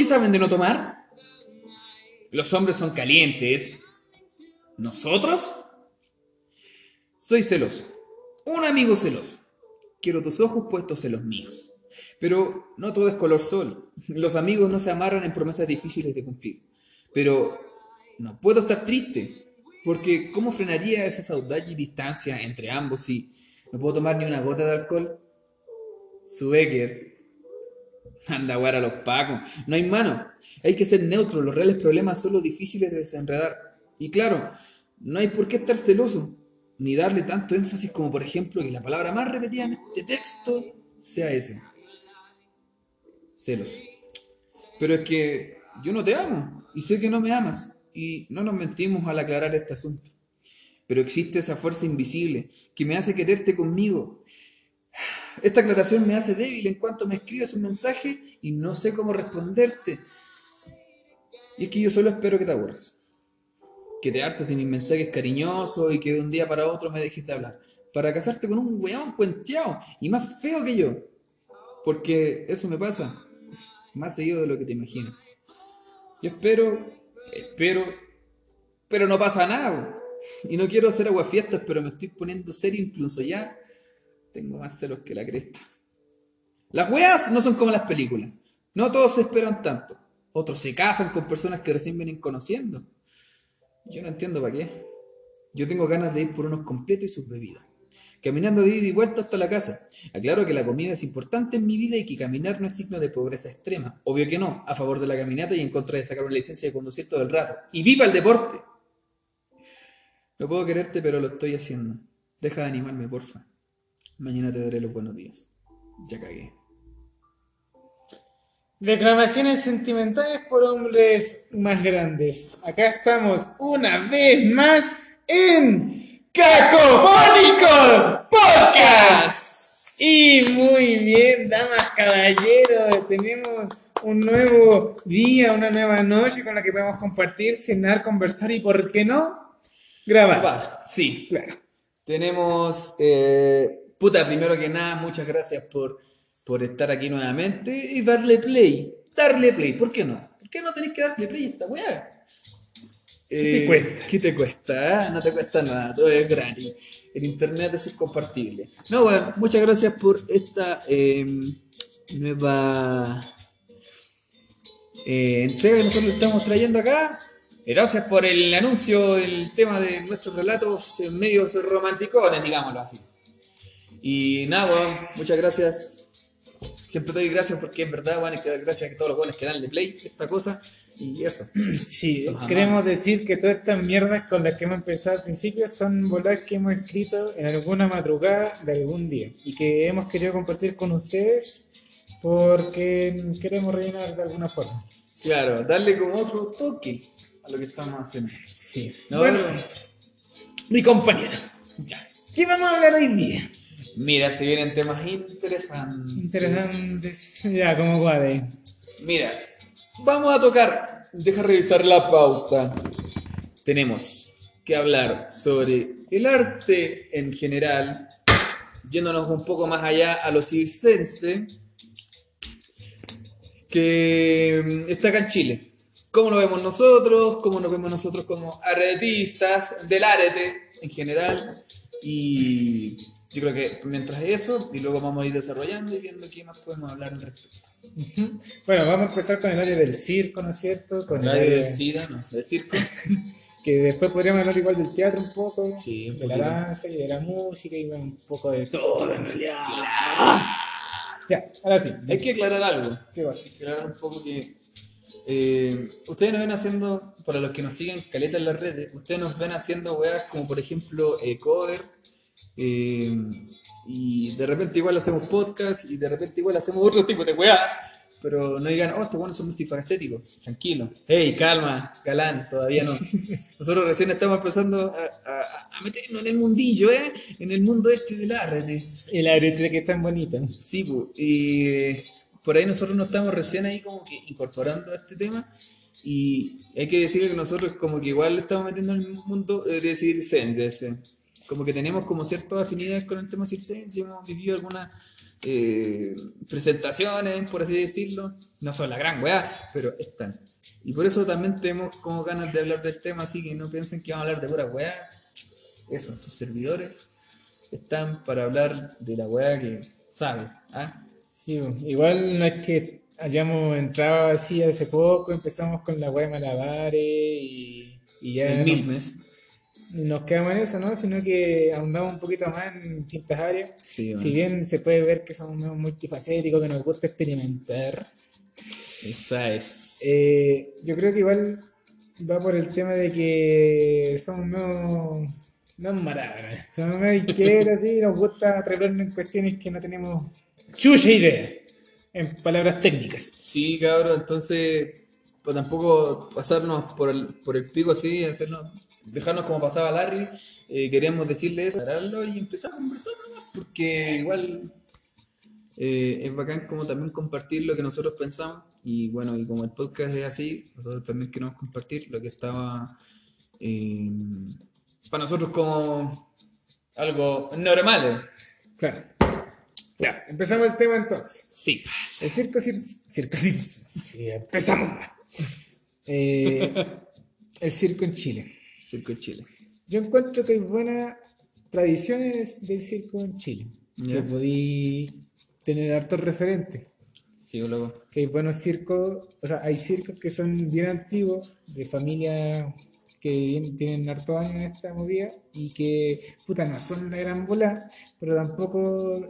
qué saben de no tomar? Los hombres son calientes. ¿Nosotros? Soy celoso. Un amigo celoso. Quiero tus ojos puestos en los míos. Pero no todo es color sol. Los amigos no se amarran en promesas difíciles de cumplir. Pero no puedo estar triste. Porque ¿cómo frenaría esa saudade y distancia entre ambos si no puedo tomar ni una gota de alcohol? Su Becker. Anda, güey, a los pacos. No hay mano. Hay que ser neutro. Los reales problemas son los difíciles de desenredar. Y claro, no hay por qué estar celoso. Ni darle tanto énfasis como, por ejemplo, que la palabra más repetida en este texto sea ese. Celos. Pero es que yo no te amo. Y sé que no me amas. Y no nos mentimos al aclarar este asunto. Pero existe esa fuerza invisible que me hace quererte conmigo. Esta aclaración me hace débil en cuanto me escribes un mensaje y no sé cómo responderte. Y es que yo solo espero que te aburras. Que te hartes de mis mensajes cariñosos y que de un día para otro me dejes de hablar. Para casarte con un weón cuenteado y más feo que yo. Porque eso me pasa más seguido de lo que te imaginas. Yo espero, pero no pasa nada. Y no quiero hacer aguafiestas, pero me estoy poniendo serio incluso ya. Tengo más celos que la cresta. Las weas no son como las películas. No todos se esperan tanto. Otros se casan con personas que recién vienen conociendo. Yo no entiendo para qué. Yo tengo ganas de ir por unos completos y sus bebidas. Caminando de ida y vuelta hasta la casa. Aclaro que la comida es importante en mi vida y que caminar no es signo de pobreza extrema. Obvio que no. A favor de la caminata y en contra de sacar una licencia de conducir todo el rato. ¡Y viva el deporte! No puedo quererte, pero lo estoy haciendo. Deja de animarme, porfa. Mañana te daré los buenos días. Ya cagué. Declamaciones sentimentales por hombres más grandes. Acá estamos una vez más en Cacofónicos Podcast. Y muy bien, damas, caballeros, tenemos un nuevo día, una nueva noche con la que podemos compartir, cenar, conversar y, ¿por qué no? Grabar. Sí. Claro. Tenemos... puta, primero que nada, muchas gracias por estar aquí nuevamente y darle play. Darle play, ¿por qué no? ¿Por qué no tenés que darle play a esta weá? ¿Qué te cuesta? ¿Qué te cuesta? No te cuesta nada, todo es gratis. El internet es incompartible. No, bueno, muchas gracias por esta nueva entrega que nosotros estamos trayendo acá. Gracias por el anuncio, el tema de nuestros relatos medios romanticones, digámoslo así. Y nada, weón, muchas gracias. Siempre te doy gracias porque es verdad, weón, y gracias a todos los buenos que dan de play esta cosa. Y eso. Sí, Ajá. queremos decir que todas estas mierdas con las que hemos empezado al principio son bolas que hemos escrito en alguna madrugada de algún día y que hemos querido compartir con ustedes porque queremos rellenar de alguna forma. Claro, darle como otro toque a lo que estamos haciendo. Sí. No, Bueno, mi compañero, ya. ¿qué vamos a hablar hoy día? Mira, se vienen temas interesantes. Interesantes, ya, como cuál. Mira, vamos a tocar. Deja revisar la pauta. Tenemos que hablar sobre el arte en general, yéndonos un poco más allá a lo circense, que está acá en Chile. ¿Cómo lo vemos nosotros? ¿Cómo nos vemos nosotros como aretistas del arete en general? Y yo creo que mientras eso, y luego vamos a ir desarrollando y viendo qué más podemos hablar al respecto. Uh-huh. Bueno, vamos a empezar con el área del circo, ¿no es cierto? Con el área del SIDA, no, del circo. Que después podríamos hablar igual del teatro un poco, sí, un de la danza y de la música y un poco de todo en realidad. Ya, ahora sí. Hay que aclarar algo. ¿Qué pasa? Aclarar un poco que ustedes nos ven haciendo, para los que nos siguen caleta en las redes, ustedes nos ven haciendo weas como por ejemplo cover, y de repente igual hacemos podcast y de repente igual hacemos otro tipo de weas, pero no digan, oh, estos buenos son multifacéticos, tranquilo, hey, calma, galán, todavía no. Nosotros recién estamos empezando a meternos en el mundillo, en el mundo este del arete. El arete que es tan bonito. Sí, pues, y por ahí nosotros nos estamos recién ahí como que incorporando a este tema. Y hay que decir que nosotros como que igual estamos metiendo en el mundo de circense. Como que tenemos como ciertas afinidades con el tema circense, hemos vivido algunas presentaciones, por así decirlo. No son la gran weá, pero están. Y por eso también tenemos como ganas de hablar del tema, así que no piensen que vamos a hablar de pura weá. Eso, sus servidores están para hablar de la weá que sabe. ¿Ah? Sí, igual no es que hayamos entrado así hace poco, empezamos con la web de Malabares y El ya Milmes. nos quedamos en eso, ¿no? Sino que ahondamos un poquito más en distintas áreas. Sí, Si bueno. bien se puede ver que somos medio multifacéticos, que nos gusta experimentar, Esa es. yo creo que igual va por el tema de que somos medio, no maratones, somos medio inquietos, así, nos gusta atrevernos en cuestiones que no tenemos chucha idea, en palabras técnicas. Sí, cabrón, entonces, pues tampoco pasarnos por el pico así, hacernos, dejarnos como pasaba Larry, queríamos decirle eso, pararlo y empezar a conversar nomás, porque igual es bacán como también compartir lo que nosotros pensamos, y bueno, y como el podcast es así, nosotros también queremos compartir lo que estaba eh, para nosotros como algo normal. Claro. Ya, empezamos el tema entonces. Sí, El sí, empezamos. Eh, el circo en Chile. Circo de Chile. Yo encuentro que hay buenas tradiciones del circo en Chile. Que ¿Ya? podí tener hartos referentes. Sí, loco. Que hay buenos circos, o sea, hay circos que son bien antiguos, de familias que tienen hartos años en esta movida y que, puta, no son una gran bola, pero tampoco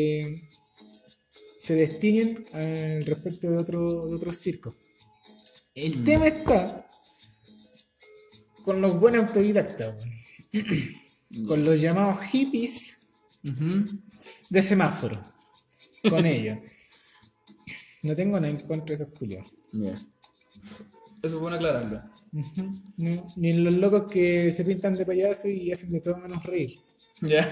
se destinen al respecto de otros circos. El tema está con los buenos autodidactas, con los llamados hippies Ujú. de semáforo, con ellos. No tengo nada en contra de esos culiados. Ya. Eso es bueno aclararlo. Ujú, no, ni los locos que se pintan de payaso y hacen de todo menos reír. Ya.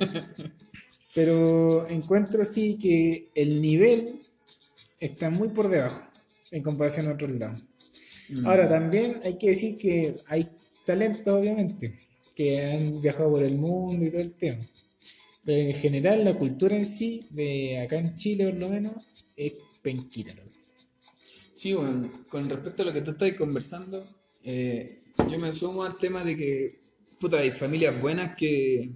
Pero encuentro sí que el nivel está muy por debajo en comparación a otros lados. Ahora, también hay que decir que hay talentos, obviamente, que han viajado por el mundo y todo el tema. Pero en general, la cultura en sí, de acá en Chile por lo menos, es penquita, loco. Sí, bueno, con respecto a lo que tú estás conversando, yo me sumo al tema de que, puta, hay familias buenas que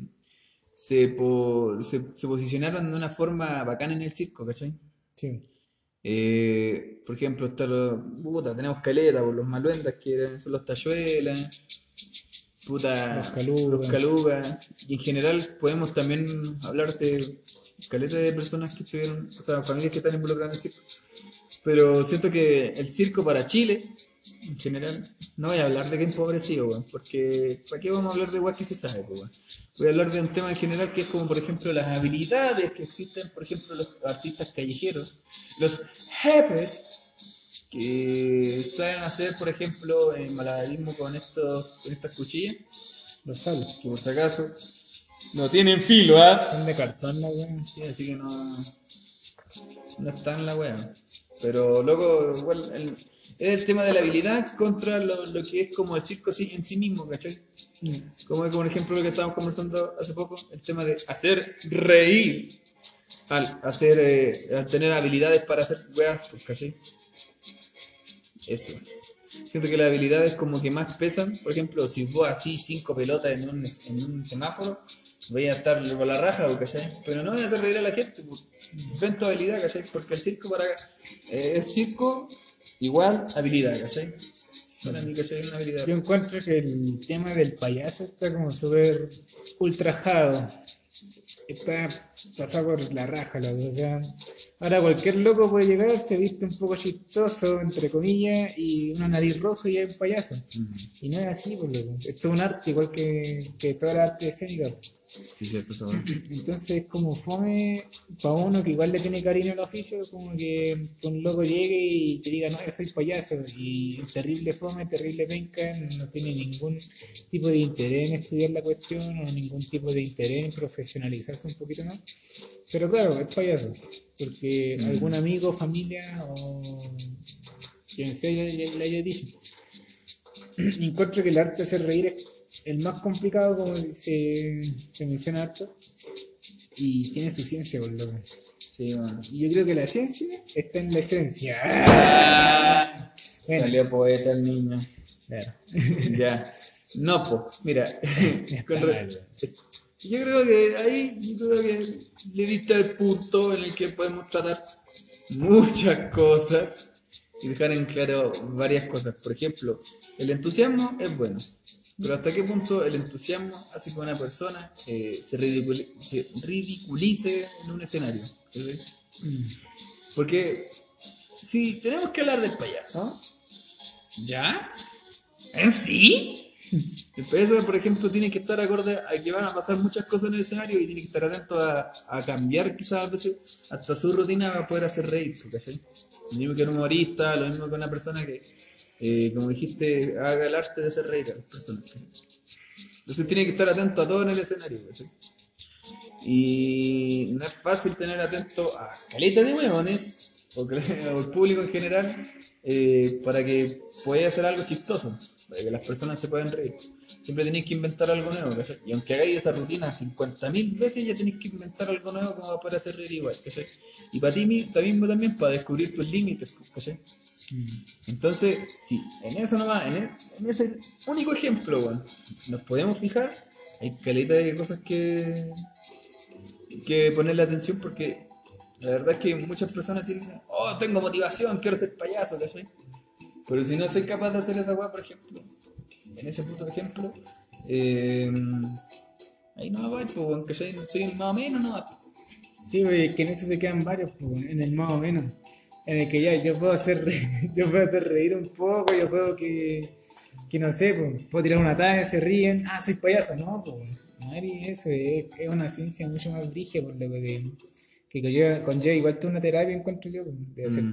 se posicionaron de una forma bacana en el circo, ¿cachai? Sí, Por ejemplo, puta, tenemos caleta, por los maluendas, son los tachuelas, los puta, los calugas. calugas, y en general podemos también hablar de caleta de personas que estuvieron, o sea, familias que están involucradas en el circo. Pero siento que el circo para Chile, en general, no voy a hablar de que empobrecido, weón, porque ¿para qué vamos a hablar de weón que se sabe, pues, weón? Voy a hablar de un tema en general que es como, por ejemplo, las habilidades que existen, por ejemplo, los artistas callejeros, los jefes, que saben hacer, por ejemplo, malabarismo con estas cuchillas, Los salos. que por si acaso no tienen filo, ¿ah? Son de cartón, la weá. Sí, así que no está en la wea. Pero luego, igual, es el tema de la habilidad contra lo que es como el circo en sí mismo, ¿cachai? Como por ejemplo lo que estábamos conversando hace poco, el tema de hacer reír al tener habilidades para hacer weas, pues, ¿cachai? Eso. Siento que las habilidades como que más pesan, por ejemplo, si vos así 5 pelotas en un semáforo, voy a estar con la raja, pues, ¿cachai? Pero no voy a hacer reír a la gente, pues. Ven tu habilidad, ¿cachai? Porque el circo el circo igual habilidad, ¿cachai? Para mí, ¿cachai? Es una habilidad. Yo encuentro que el tema del payaso está como súper ultrajado. Está pasado por la raja, loco. O sea, ahora cualquier loco puede llegar, se viste un poco chistoso, entre comillas, y una nariz roja y es un payaso. Y no es así, pues, loco. Esto es un arte, igual que toda la arte escénica. Sí, cierto, eso. Entonces es como fome para uno que igual le tiene cariño al oficio, como que un loco llegue y te diga, no, yo soy payaso, y terrible fome, terrible penca, no tiene ningún tipo de interés en estudiar la cuestión, o ningún tipo de interés en profesionalizarse un poquito más. Pero claro, es payaso, porque algún amigo, familia o quien sea le haya dicho. Encuentro que el arte de hacer reír es el más complicado, como se menciona harto, y tiene su ciencia, por loco. Sí, bueno. Y yo creo que la ciencia está en la esencia. Bueno, Salió poeta el niño. claro. Ya. No, pues, mira. Está mal, Yo creo que ahí, yo creo que le diste el punto en el que podemos tratar muchas cosas y dejar en claro varias cosas. Por ejemplo, el entusiasmo es bueno, pero ¿hasta qué punto el entusiasmo hace que una persona se ridiculice en un escenario? ¿Sí? Porque si tenemos que hablar del payaso, ¿ya? ¿En sí? El payaso, por ejemplo, tiene que estar acorde a que van a pasar muchas cosas en el escenario y tiene que estar atento a cambiar quizás a veces hasta su rutina para poder hacer reír, ¿cachai? Lo mismo que un humorista, lo mismo que una persona que, como dijiste, haga el arte de hacer reír a las personas, ¿cachai? Entonces tiene que estar atento a todo en el escenario, ¿cachai? Y no es fácil tener atento a caleta de huevones o el público en general para que pueda hacer algo chistoso, para que las personas se puedan reír. Siempre tenéis que inventar algo nuevo, ¿cachai? Y aunque hagáis esa rutina 50.000 veces, ya tenéis que inventar algo nuevo como para hacer reír igual, ¿cachai? Y para ti mismo también, para descubrir tus límites, ¿cachai? Entonces, sí, en eso nomás, en ese único ejemplo, bueno, nos podemos fijar, hay caleta de cosas que ponerle atención porque la verdad es que muchas personas dicen, oh, tengo motivación, quiero ser payaso, ¿cachai? Pero si no soy capaz de hacer esa weá, por ejemplo, en ese puto ejemplo, eh, ahí no va, pues, weón, ¿cachai? Soy más o menos, no. Sí, güey, que en eso se quedan varios, pues, en el más o menos. En el que ya yo puedo hacer, yo puedo hacer reír un poco, yo puedo que no sé, pues, puedo tirar una talla, se ríen, ah, soy payaso, no, pues, no eres eso, es una ciencia mucho más brígida, por lo que conlleva igual toda una terapia, encuentro yo, pues,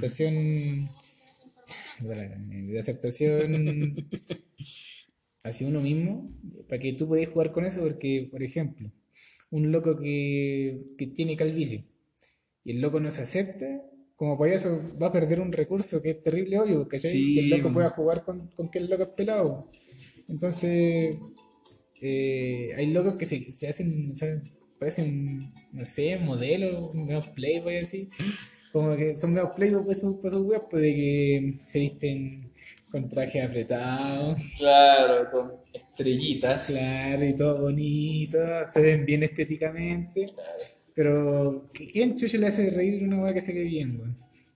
de aceptación hacia uno mismo, para que tú puedas jugar con eso, porque, por ejemplo, un loco que tiene calvicie y el loco no se acepta, como payaso va a perder un recurso que es terrible obvio, ¿cachai? Que el Sí, loco pueda weón. jugar con que el loco es pelado. Entonces, hay locos que se hacen, o sea, parecen, no sé, modelos, medio playboy así, como que son medio playboy pues esos weas, pues de que se visten con traje apretado, Claro, con estrellitas. claro, y todo bonito, se ven bien estéticamente, pero ¿quién chucho le hace reír una wea que se ve bien, weón?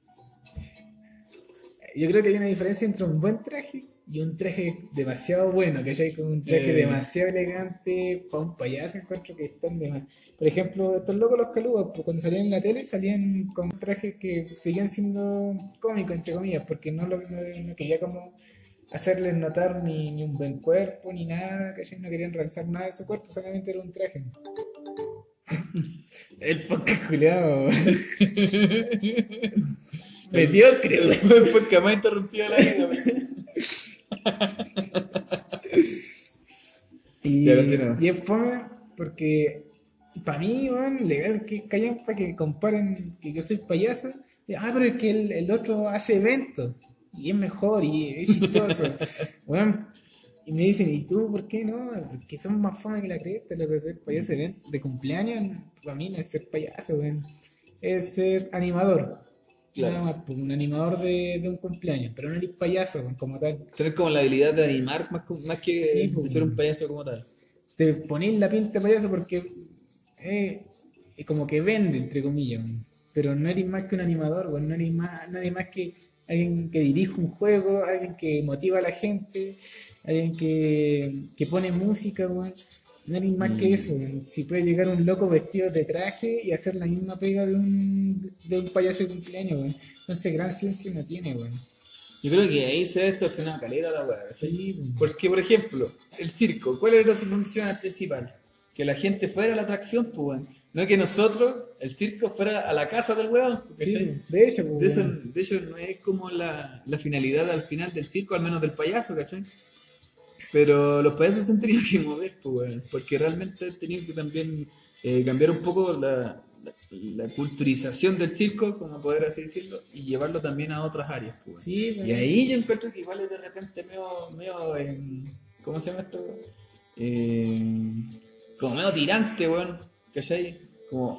Yo creo que hay una diferencia entre un buen traje y un traje demasiado bueno, que hay como un traje Eh, demasiado elegante para un payaso, encuentro que están de más. Por ejemplo, estos locos los calúas, pues, cuando salían en la tele salían con trajes que seguían siendo cómicos, entre comillas, porque no quería como hacerles notar ni un buen cuerpo, ni nada, que no querían realzar nada de su cuerpo, solamente era un traje. El podcast culiado. Mediocre, güey. el podcast más interrumpido de la vida, weón. Ya, Y continúa. es fome porque para mí, weón, legal que hayan para que comparen que yo soy payaso. Pero es que el otro hace eventos y es mejor y es chistoso. Weón, y me dicen, ¿y tú por qué no? Porque son más fome que la cresta, lo que ser payaso de cumpleaños. Para mí no es ser payaso, weón. Es ser animador. Nada Claro. más, pues, un animador de un cumpleaños, pero no eres payaso, weón, como tal. Tener como la habilidad de animar más Sí, que pues, de ser un weón. payaso como tal. Te ponéis la pinta de payaso porque como que vende, entre comillas, weón. Pero no eres más que un animador, weón. No eres más, nadie más que alguien que dirige un juego, alguien que motiva a la gente, alguien que pone música, weón. No eres más que eso, Mm. weón. Si puede llegar un loco vestido de traje y hacer la misma pega de un payaso de cumpleaños, weón. Entonces, gran ciencia no tiene, weón. Yo creo que ahí se ha distorsionado caleta la weá, ¿cachai? Sí, weón. Porque, por ejemplo, el circo, ¿cuál era su función principal? Que la gente fuera a la atracción, pues, weón. No que nosotros, el circo, fuera a la casa del weón, Sí, ¿cachai? weón. De hecho, pues, weón. De hecho, no es como la finalidad al final del circo, al menos del payaso, ¿cachai? Pero los payasos se han tenido que mover, pues, weón, porque realmente han tenido que también cambiar un poco la culturización del circo, como poder así decirlo, y llevarlo también a otras áreas, pues, weón. Sí, Y weón. ahí yo encuentro que igual es de repente medio ¿cómo se llama esto? Eh, como medio tirante, weón, ¿cachai? Como,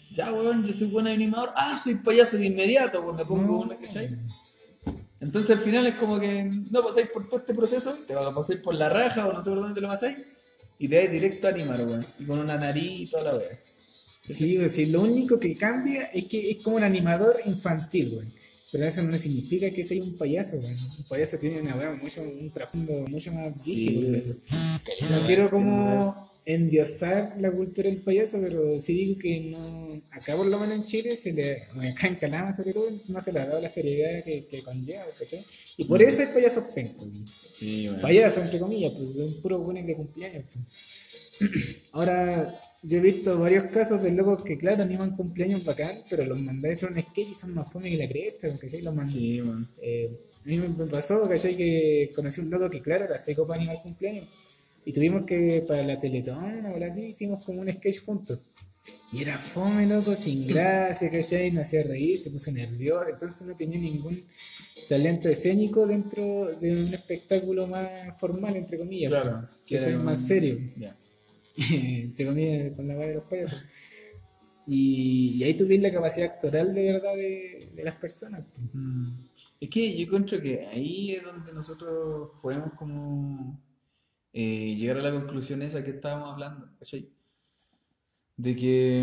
Ya, weón, yo soy buen animador. Ah, soy payaso de inmediato, pues me pongo una, ¿cachai? Entonces al final es como que no pasáis por todo este proceso, te vas a pasar por la raja o no sé por dónde te lo pasáis, y te vais directo a animar, weón. Y con una nariz y toda la weá. Sí, o sea, lo único que cambia es que es como un animador infantil, güey. Pero eso no significa que sea un payaso, güey. Un payaso tiene una weá mucho, un trasfondo mucho más rígido, Sí, güey. eso. No Caleta, weón, quiero entiendo, weón. como endiosar la cultura del payaso, pero sí digo que no, acá por lo menos en Chile, bueno, acá en Calama sobre todo, no se le ha dado la seriedad que conlleva, ¿cachai? Y por Mm. eso hay payasos pencos, güey. Sí, weón. Payasos, entre comillas, pues son puros buenos de cumpleaños, pues. Ahora, yo he visto varios casos de locos que, claro, animan cumpleaños bacán, pero los mandáis a hacer un sketch y son más fome que la cresta, ¿cachai? Sí, weón. A mí me pasó, ¿cachai? Que conocí un loco que, claro, era seco para animar cumpleaños. Y tuvimos que, para la Teletón o algo así, hicimos como un sketch juntos. Y era fome, loco, sin gracia, ¿cachai? No hacía reír, se puso nervioso, entonces no tenía ningún talento escénico dentro de un espectáculo más formal, entre comillas, Claro, que era ¿cachai? Más con. serio. Ya. Entre comillas, con la weá de los payasos. Y ahí tú ves la capacidad actoral de verdad de las personas. Mm. Es que yo encuentro que ahí es donde nosotros podemos como llegar a la conclusión esa que estábamos hablando, ¿cachai? De que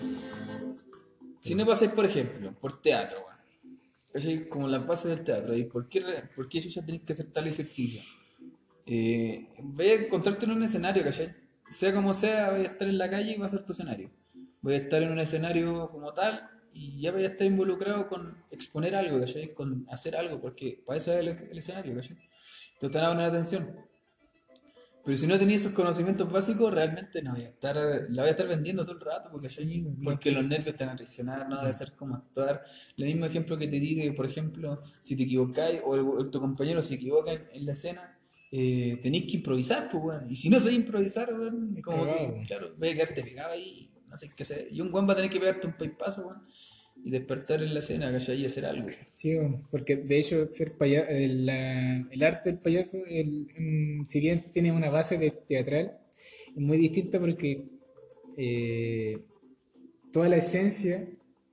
si no pasáis, por ejemplo, por teatro, weón, ¿cachai? Como las bases del teatro, ¿y por qué ellos ya tenéis que hacer tal ejercicio? Voy a encontrarte en un escenario, ¿cachai? Sea como sea, voy a estar en la calle y va a ser tu escenario. Voy a estar en un escenario como tal y ya voy a estar involucrado con exponer algo, ¿cachai? Con hacer algo, porque para eso es el escenario, ¿cachai? Entonces te van a poner atención. Pero si no tenías esos conocimientos básicos, realmente no voy a estar, la voy a estar vendiendo todo el rato, porque, Sí, porque los porque nervios te van a traicionar, no debe ser como actuar. El mismo ejemplo que te digo, por ejemplo, si te equivocáis o tu compañero se equivoca en la escena, tenéis que improvisar, pues, weón. Y si no sabes improvisar, weón, como cagado. que, claro, voy a quedarte pegado ahí, no sé qué hacer. Y un weón va a tener que pegarte un paipazo, weón, y despertar en la escena, ¿cachai? Y hacer algo. Sí, porque de hecho el arte del payaso, si bien tiene una base de teatral, es muy distinta porque eh, toda la esencia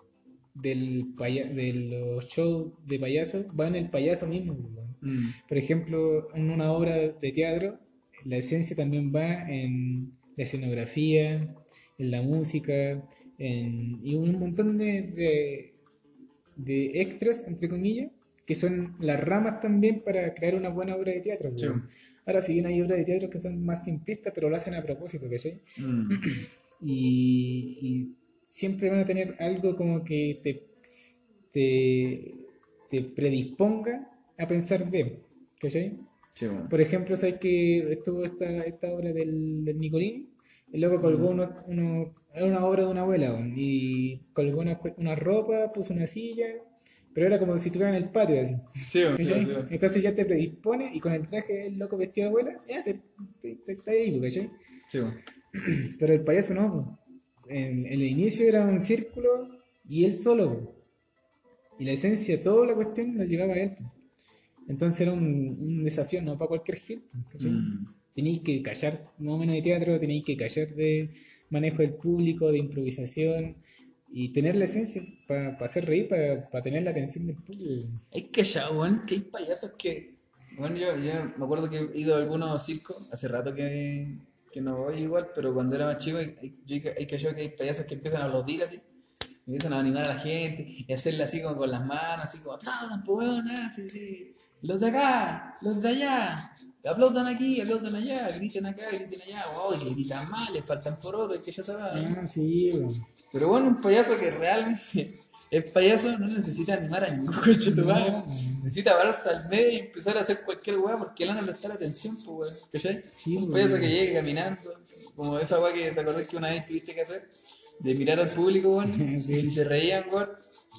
de los shows de payaso va en el payaso mismo, pues, weón. Mm, Por ejemplo, en una obra de teatro, la esencia también va en la escenografía, en la música, y un montón de extras, entre comillas, que son las ramas también para crear una buena obra de teatro, pues, sí. weón. Ahora, si bien hay obras de teatro que son más simplistas, pero lo hacen a propósito, ¿cachai? Mm, Y siempre van a tener algo como que te, te predisponga a pensar de, ¿cachai? sí, weón. Por ejemplo, sabes que estuvo esta obra del Nicolini, el loco colgó Mm. era una obra de una abuela, weón, y colgó una ropa, puso una silla, pero era como si estuviera en el patio así, Sí, weón, sí, weón, sí, ¿cachai? weón. Entonces ya te predispone y con el traje del loco vestido de abuela, ya te está ahí, ¿cachai? Sí, weón. Pero el payaso no, po. En el inicio era un círculo y él solo, po. Y la esencia, toda la cuestión la llegaba a él, po. Entonces era un desafío, no para cualquier hit, ¿cachai? Mm. Tenéis que callar más o menos de teatro, tenéis que callar de manejo del público, de improvisación y tener la esencia para hacer reír, para tener la atención del público. Hay que ya, weón, que hay payasos que. Bueno, yo me acuerdo que he ido a algunos circos, hace rato que no voy igual, pero cuando era más chico, hay que yo que hay payasos que empiezan a aplaudir así, empiezan a animar a la gente y hacerle así como con las manos, así como aplaudan, pues weón, sí, sí. Los de acá, los de allá, aplaudan aquí, aplaudan allá, griten acá, griten allá, oh, que gritan mal, les faltan por otro, que ya se va. Ah, sí, bueno. Pero bueno, un payaso que realmente es payaso no necesita animar a ningún coche tu madre. No, Necesita pararse al medio y empezar a hacer cualquier weá porque él no le está la atención, pues weón. ¿Cachai? sí, Un payaso que bueno. llegue caminando, como esa weá que te acordás que una vez tuviste que hacer, de mirar al público, weón, y si Sí, se reían, weón,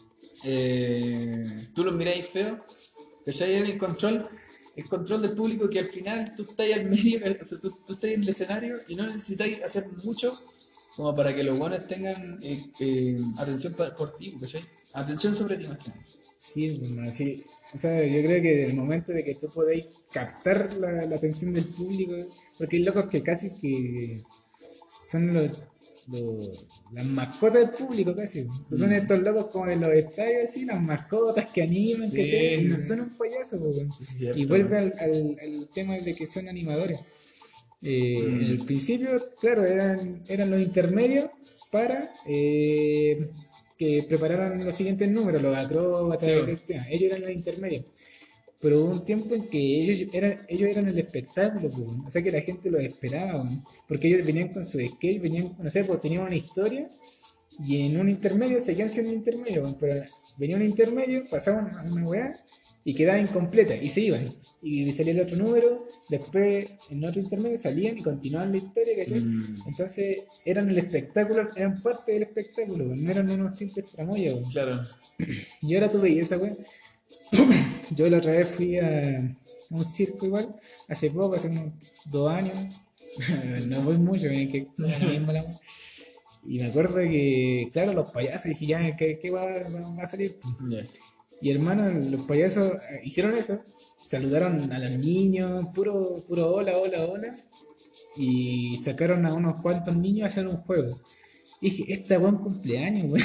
tú los miráis feo, ¿cachai? En el control del público que al final tú estás al medio, o sea, tú estás en el escenario y no necesitáis hacer mucho como para que los buenos tengan atención por ti, ¿cachai? Atención sobre ti más que nada. sí, bueno, sí. O sea, yo creo que el momento de que tú podáis captar la atención del público, porque hay locos que casi que son las mascotas del público casi. Son estos locos como de los estadios así, las mascotas que animan, Sí, ¿cachai? Y no sí. son un payaso, po, weón. Es cierto, Y vuelve weón. al tema de que son animadores. En el Mm, principio, claro, eran los intermedios para que prepararan los siguientes números, los acróbatas, sí, weón. etc. Ellos eran los intermedios. Pero hubo un tiempo en que ellos eran el espectáculo, pues, weón. O sea que la gente los esperaba, weón. Porque ellos venían con su sketch, venían, no sé, pues tenían una historia y en un intermedio seguían siendo intermedio, weón, pero venía un intermedio, pasaban a una weá y quedaba incompleta y se iban. Y salía el otro número, después en otro intermedio salían y continuaban la historia, ¿cachai? Mm, Entonces eran el espectáculo, eran parte del espectáculo, weón. No eran unos simples tramoyas, weón. claro. Y ahora tú veías esa weá. Yo la otra vez fui a un circo igual, hace poco, hace unos 2 años. No voy mucho, que no es la misma la weá. Y me acuerdo que, claro, los payasos, dije, ya, ¿qué va a salir? Ya. Y hermano, los payasos hicieron eso, saludaron a los niños, puro hola, hola, hola, y sacaron a unos cuantos niños a hacer un juego. Y dije, esta buen cumpleaños, weón.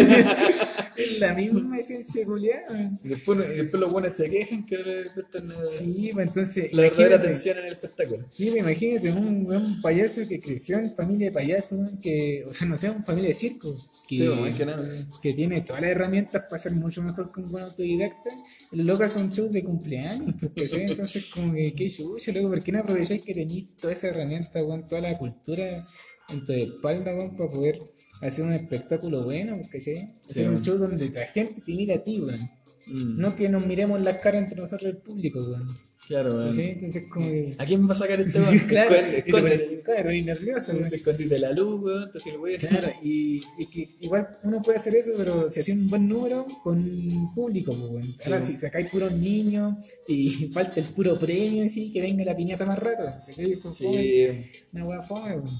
Es la misma esencia culiada. Y después los buenos se quejan que le prestan Sí, pues entonces, la verdadera imagínate. atención en el espectáculo. Sí, pues imagínate un payaso que creció en familia de payasos, weón, que, o sea, no sé, en familia de circo, Sí, pues, más que, que nada. Sí. que tiene todas las herramientas para ser mucho mejor que un buen autodidacta. El loco hace un show de cumpleaños, porque entonces como que qué chucho, loco, ¿por qué no aprovecháis que tenéis toda esa herramienta, weón, toda la cultura en tu espalda, weón, para poder hacer un espectáculo bueno, ¿cachai? Sí, Hacer un weón. show donde la gente te mira a ti, weón. Mm, No que nos miremos las caras entre nosotros el público, weón. claro, ¿Cachai? weón. Entonces como que... ¿A quién va a sacar este weón? Claro, y te Escóndete. pones nervioso, weón. Te escondiste la luz, weón. Te sirve weón. Claro, y que igual uno puede hacer eso, pero si hacía un buen número con público, pues, weón. Sí, Ahora weón. si sacáis puros niños y falta el puro premio, así, que venga la piñata más rato. ¿Cachai? Con fome, Sí, una weá fome, weón.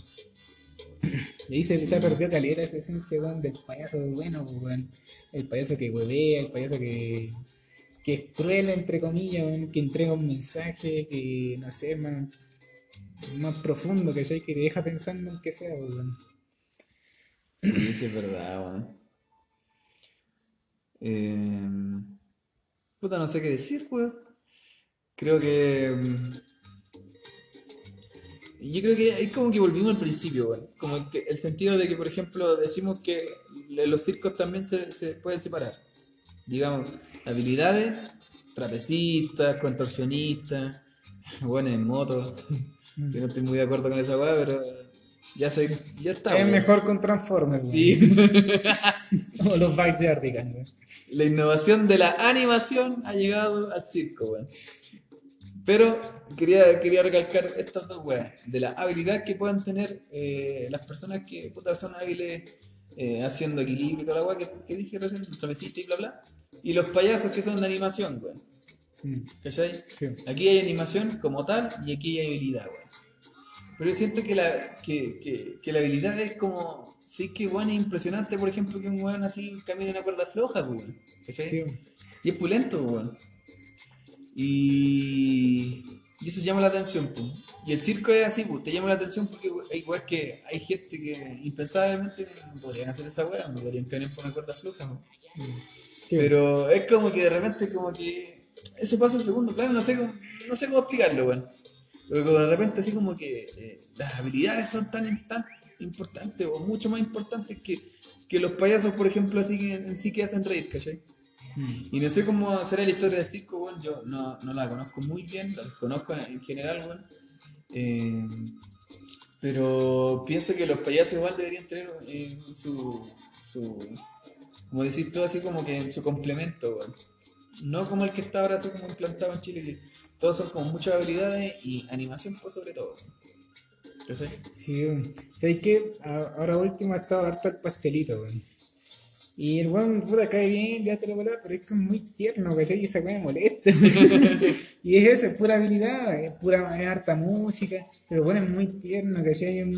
Y ahí se sí. perdió caleta esa esencia, weón, del payaso bueno, pues, weón. El payaso que huevea, el payaso que es cruel, entre comillas, weón, que entrega un mensaje que, no sé, más profundo, que te deja pensando en qué sea, pues, weón. Sí, sí, es verdad, weón. Eh, puta, no sé qué decir, weón. Creo que. Yo creo que ahí como que volvimos al principio, weón. Como que el sentido de que, por ejemplo, decimos que los circos también se pueden separar. Digamos, habilidades, trapecistas, contorsionistas, bueno, en moto. Yo no Mm. estoy muy de acuerdo con esa weá, pero ya soy, ya está, Es weón. mejor con Transformers, Sí. weón. O los Backyardigans, weón. La innovación de la animación ha llegado al circo, weón. Pero quería recalcar estas dos weas, de la habilidad que puedan tener las personas que puta, son hábiles haciendo equilibrio y toda la wea que dije recién, travesista y bla bla. Y los payasos que son de animación, weón. Mm, ¿Cachai? sí. Aquí hay animación como tal y aquí hay habilidad, weón. Pero yo siento que la habilidad es como, sí que weón es impresionante, por ejemplo, que un weón así camine una cuerda floja, weón. ¿Cachai? Sí. Y es pulento, weón. Y, y eso llama la atención, pues. Y el circo es así, pues, te llama la atención porque igual que hay gente que impensablemente no podrían hacer esa weá, no podrían caer por una cuerda floja, ¿no? Mm, sí. Pero es como que de repente como que eso pasa al segundo plano, no sé cómo explicarlo, weón. Pero como de repente así como que las habilidades son tan importantes o mucho más importantes que los payasos, por ejemplo, así que en sí que hacen reír, ¿cachai? Mm, Y no sé cómo será la historia del circo, weón. Yo no la conozco muy bien, la desconozco en general, weón. Eh, pero pienso que los payasos igual deberían tener su, como decís tú, así como que su complemento, weón. No como el que está ahora así como implantado en Chile, que todos son como muchas habilidades y animación por sobre todo. ¿Cachai? sí, weón. ¿Sabes qué? Ahora último ha estado harto el pastelito, weón. Y el weón, puta, cae bien, ya te lo volaba, pero es que es muy tierno, ¿cachai? Y esa weá me molesta. Y es eso, es pura habilidad, es harta música, pero bueno, es muy tierno, ¿cachai? Es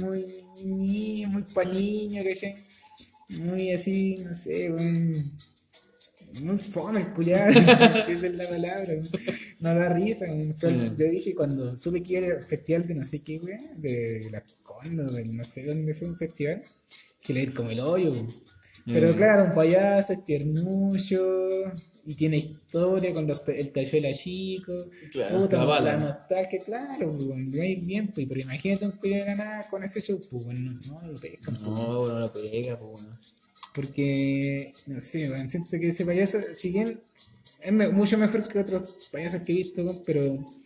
muy pa' niño, ¿cachai? Muy así, no sé, weón. muy fome el culiado, si esa es la palabra, weón. No da risa, weón. Yo dije cuando supe que era el festival de no sé qué, weón, de la Condo, del no sé dónde fue un festival, que le ir como el hoyo, weón. Pero claro, un payaso es tiernucho y tiene historia con el taller chico. Claro, Puta, la la bala. nostalgia, claro, pues, weón, le va a ir bien, pues, pero imagínate un culiao de la nada con ese show, pues, weón, no lo pescan, pues, weón. No, no lo pega, pues bueno. Porque, no sé, weón, siento que ese payaso, si bien es mucho mejor que otros payasos que he visto, weón, pero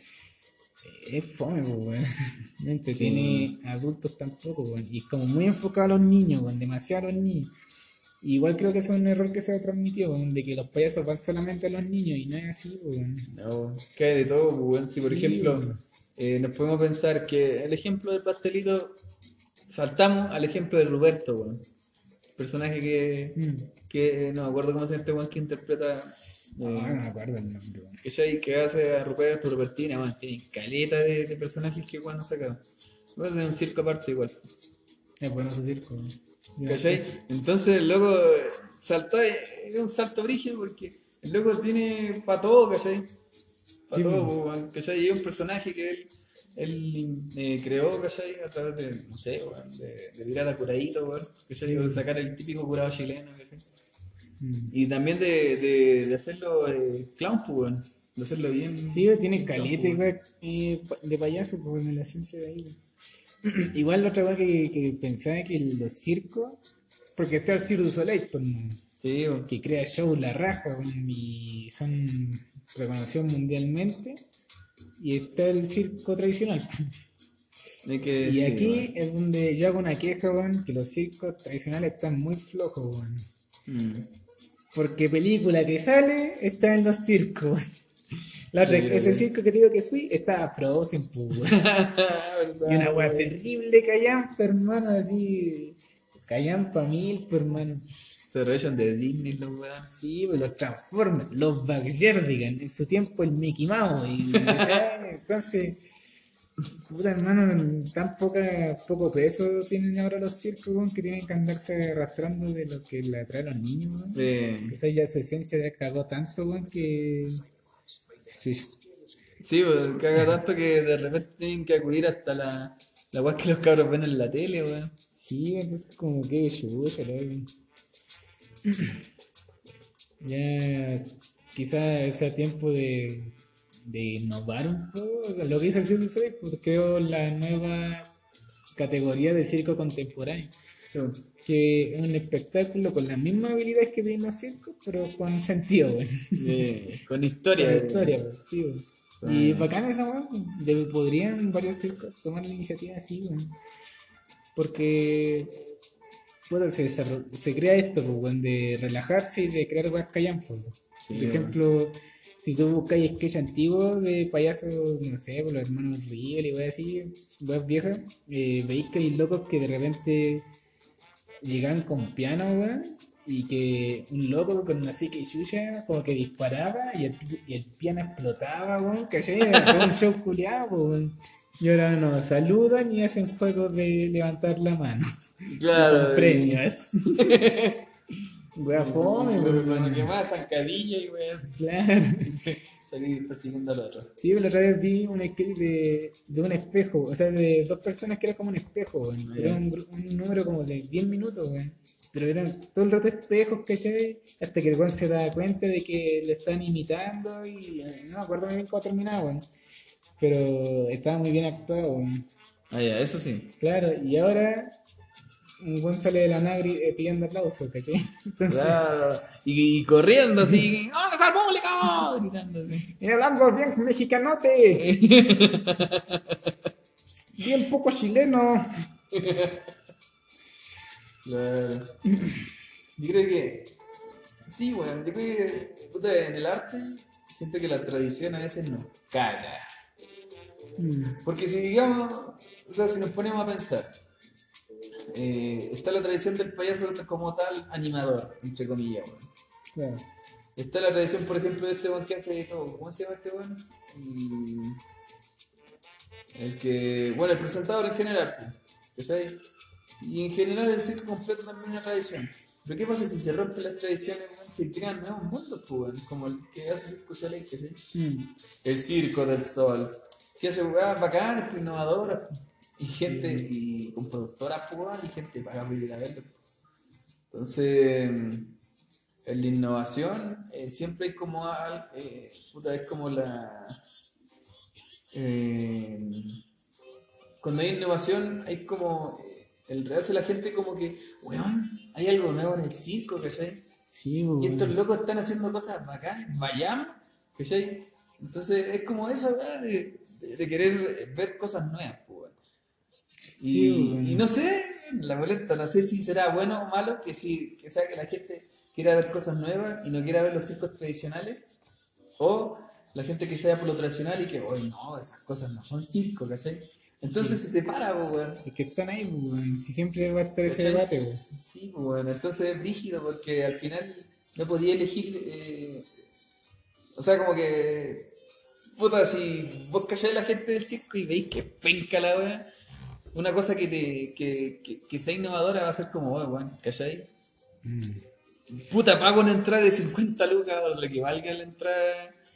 es fome, pues, weón. No Sí. entretiene a adultos tampoco, weón. Y es como muy enfocado a los niños, weón, demasiado a los niños. Igual creo que ese es un error que se ha transmitido, weón, de que los payasos van solamente a los niños y no es así, weón. No, que hay de todo, pues, weón. Si por Sí, ejemplo weón. nos podemos pensar que el ejemplo del pastelito, saltamos al ejemplo de Roberto, weón. Personaje Mm. que no me acuerdo cómo se llama este weón que interpreta, Ah, no eh, me acuerdo el nombre, weón. que hace a Ruperto, Rupertina, weón. Tiene caleta de personajes que weón ha sacado. Bueno, de un circo aparte igual. Es bueno su circo, weón. Yo no ¿Cachai? sé. Entonces el loco saltó, es un salto brígido porque el loco tiene para todo, ¿cachai? Para Sí, todo, pues. po, weón, ¿cachai? Y es un personaje que él creó, ¿cachai? A través de, no sé, weón, de tirar a curadito, weón, ¿cachai? Sí, O de pues. sacar el típico curado chileno, ¿cachai? Mm. Y también de hacerlo clown, pues, weón. De hacerlo Sí, weón, tiene bien clown, pues, caleta, weón. igual, de payaso, pues, en la ciencia de ahí, weón. Igual la otra cosa que pensaba que los circos, porque está el Cirque du Soleil, pues, no, Sí, weón. que crea show la raja, weón, y son reconocidos mundialmente. Y está el circo tradicional. Es que Y sí, aquí weón. es donde yo hago una queja, weón, que los circos tradicionales están muy flojos, weón. Mm. Porque película que sale está en los circos, weón. Sí, lo Ese que circo que te digo que fui estaba Frozen, pues, weón. Y verdad, una weá weón. terrible callampa, hermano, así. Callampa mil, pues, hermano. Se reían de Disney los weón. Sí, pues los Transformers, los Backyardigans, en su tiempo el Mickey Mouse, y ya, entonces, puta hermano, tan poco peso tienen ahora los circos, weón, que tienen que andarse arrastrando de lo que le atrae a los niños, weón. Eh, Esa ya su esencia ya cagó tanto, weón, que. Sí, sí, pues, caga tanto que de repente tienen que acudir hasta la weá que los cabros ven en la tele, weón. sí, entonces como que chucha, loco. Ya quizás sea tiempo de innovar un poco. Lo que hizo el Cirque du Soleil, pues creó la nueva categoría de circo contemporáneo. Sí, pues. Que es un espectáculo con las mismas habilidades que tienen los circos, pero con sentido, güey. Con historia. Con historia, pues, sí, güey. Y Con- bacán esa weá, podrían varios circos tomar la iniciativa así, güey. Porque puta, se crea esto, pues, weón, de relajarse y de crear weas callan, pues. Por sí, weón. ejemplo, si tú buscáis sketch antiguos de payasos, no sé, por los hermanos Riel y weas así, weas viejas, veis que hay locos que de repente llegaban con piano, weón, y que un loco con una psique chucha como que disparaba y el piano explotaba, weón, ¿cachai? Era todo un show culiado, pues, weón. Y ahora nos saludan y hacen juegos de levantar la mano. Y con Claro, premios. Wea fome, pues, con lo que weón. más, zancadilla y weón. Claro. Salir persiguiendo al otro. Sí, pero la otra vez vi un sketch de un espejo, o sea, de dos personas que era como un espejo, weón. Pero era Ya. un número como de 10 minutos, weón. Pero eran todo el rato espejos, ¿cachai? Hasta que el weón se da cuenta de que lo están imitando y no me acuerdo muy bien cómo terminaba, weón. Pero estaba muy bien actuado, weón. Ah, ya, eso sí. Claro, y ahora un weón sale de la nada pidiendo aplausos, ¿cachai? Entonces, Claro. Y corriendo así, ¡Vamos al público! Gritando así. y hablando bien mexicanote, bien poco chileno. Claro. Yo creo que, sí, bueno, yo creo que puta, en el arte siento que la tradición a veces nos caga. Mm, Porque si digamos, o sea, si nos ponemos a pensar, está la tradición del payaso como tal animador, entre comillas, weón. claro. Está la tradición, por ejemplo, de este weón que hace todo. ¿Cómo se llama este weón? Y el que, bueno, el presentador en general, pues, ¿cachai? Y en general el circo completo también es una tradición. Pero ¿qué pasa si se rompen las tradiciones, weón? Se crean nuevos mundos, pues, weón, como el que hace Circo Soleil, que sí. El Circo del Sol. Que hace weas bacanas, pues, innovadoras, pues. Y gente, y con productoras, pues, weón, y gente para ir a verlo. Entonces, en la innovación, siempre hay como puta, es como eh, cuando hay innovación, hay como el realce de la gente como que, weón, hay algo nuevo en el circo, ¿cachai? Sí, Y estos weón. locos están haciendo cosas bacanas, vayamos, ¿cachai? Entonces es como esa weá de querer ver cosas nuevas, pues, weón. Sí, Y weón. no sé, la molesta, no sé si será bueno o malo que sea que la gente quiera ver cosas nuevas y no quiera ver los circos tradicionales, o la gente que sea por lo tradicional y que, oye, no, esas cosas no son circo, ¿cachai? Entonces Sí. se separa, pues, weón. Es que están ahí, pues, weón. Si siempre va a estar ese ¿Cachai? debate, weón. Sí, pues, bueno, entonces es rígido porque al final no podía elegir, o sea, como que, puta, si vos calláis a la gente del circo y veis que penca la wea, una cosa que sea innovadora va a ser como, weón, ¿cachai? Puta, pago una entrada de 50 lucas o lo que valga la entrada,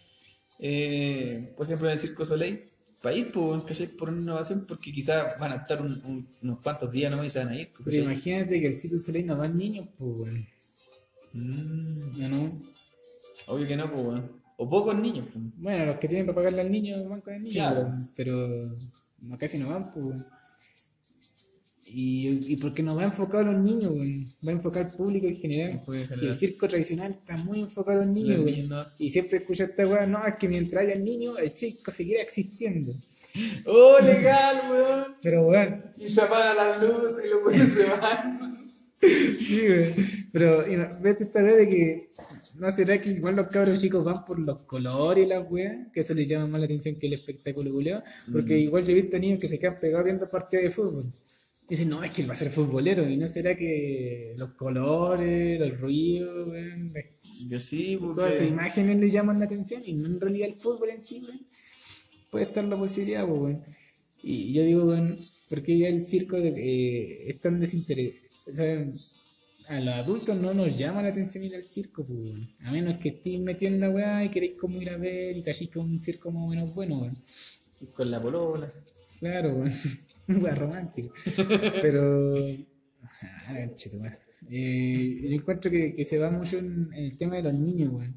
por ejemplo, en el Circo Soleil, para ir, pues, ¿cachai? Por una innovación, porque quizás van a estar unos cuantos días nomás y se van a ir, pues, Pero ¿cachai? imagínate que el Circo du Soleil no van niños, pues, weón. Mm. No, no. Obvio que no, pues, weón. O pocos niños, pues. Bueno, los que tienen para pagarle al niño van con el niño, Claro. pero no, casi no van, pues, weón. Y porque no va enfocado a los niños, weón. Va enfocado al público en general. Pues en Y el general. circo tradicional está muy enfocado a los Los niños, niños weón. no. Y siempre escucho esta weá, no, es que mientras haya niños, el circo seguirá existiendo. ¡Oh, legal, weón! Pero weón, Y se apagan las luces y los weones se van. sí, weón. Pero vete esta vez de que no será que igual los cabros chicos van por los colores y las weas, que eso les llama más la atención que el espectáculo culeado. Porque igual yo he visto niños que se quedan pegados viendo partidos de fútbol. Dicen, no, es que él va a ser futbolero. Y no será que los colores, los ruidos, weón, Yo sí, todas esas porque. imágenes les llaman la atención y no en realidad el fútbol en sí, weón. Puede estar la posibilidad, pues, weón. Y yo digo, weón, ¿por qué ya el circo es tan desinteresado? O sea, a los adultos no nos llama la atención ir al circo, pues, weón. A menos que estéis metidos en la weá y queréis como ir a ver y cachéis que es un circo más o menos bueno, weón. Con la polola. Claro, weón. Un weá romántico. Pero. Chito, weón. Yo encuentro que se va mucho en el tema de los niños, weón.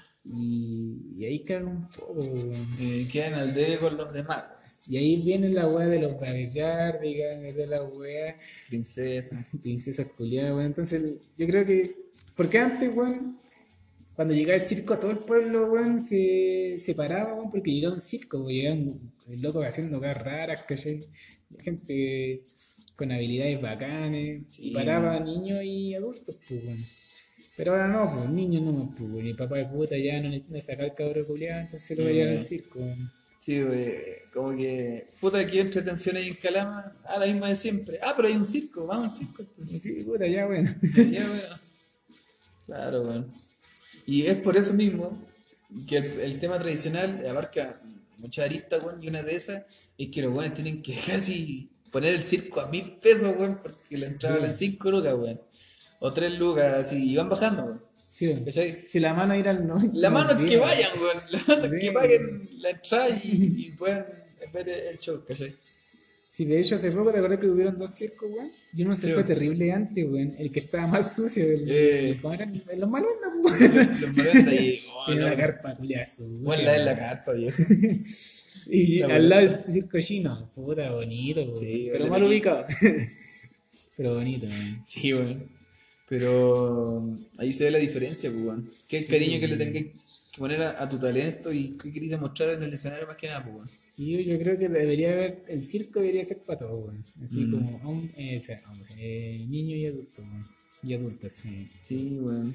Y ahí cagan un poco, weón. Quedan al debe con los demás. Y ahí viene la weá de los Backyardigans, de la weá, Princesa. princesas culiadas, weón. Entonces, yo creo que. Porque antes, weón, cuando llegaba el circo, todo el pueblo, weón, se separaba, weón, porque llegaba un circo, weón. Llegaban locos haciendo cosas raras, ¿cachai? Gente con habilidades bacanes, y Sí, paraba weón. niños y adultos, pues, weón. Pero ahora no, pues, niños no, pues, weón. Y papá de puta ya no le saca el cabro culiado, entonces lo va a llevar al circo, weón. Sí, wey, como que. Puta, aquí entretención ahí en Calama. Ah, la misma de siempre. Ah, pero hay un circo. Vamos al circo entonces. Sí, puta, ya, bueno. Ya, bueno. Claro, weón. Y es por eso mismo que el tema tradicional abarca muchas aristas, weón, y una de esas es que los weones tienen que casi poner el circo a 1000 pesos, weón, porque la entrada vale 5 lucas, weón. O 3 lucas, así, y van bajando, weón. Sí, weón. ¿Cachai? Si la mano irá al 90 La más mano es que bien, vayan, weón. La mano es que sí, paguen la entrada y puedan ver el show, ¿cachai? sí, de hecho, hace poco te acuerdas que hubieron dos circos, weón. Y uno se Sí, fue weón. terrible antes, weón. El que estaba más sucio, ¿cómo eran? Los malos, ¿no? Los 90 y. Oh, Tiene no, una pero. carpa culiada Bueno, sucia, la de la weón. carta, viejo. Y La al lado boleta. el circo chino, puta, bonito, weón. Sí, Pero vale, mal piquito. ubicado. Pero bonito, weón. Sí, weón. Pero ahí se ve la diferencia, pues, weón. Que el Sí, cariño que le tengas weón. que poner a tu talento y qué querés demostrar en el escenario más que nada, pues, weón. Sí, yo creo que debería haber, el circo debería ser para todos, weón. Así Mm, como o sea, hombre, niños y adultos, weón. Y adultos, sí. sí, weón.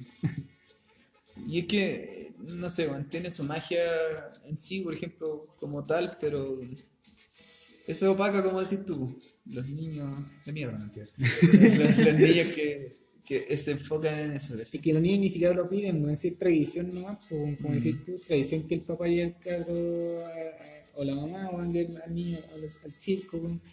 Y es que, no sé, weón, tiene su magia en sí, por ejemplo, como tal, pero eso opaca, como decís tú, los niños de mierda, ¿no? Los niños que se enfocan en eso, Y ¿cachai? que los niños ni siquiera lo piden, weón. Si es tradición nomás, pues, como Mm, decís tú, tradición que el papá lleve al cabro o la mamá, weón, lleve al niño al circo, weón.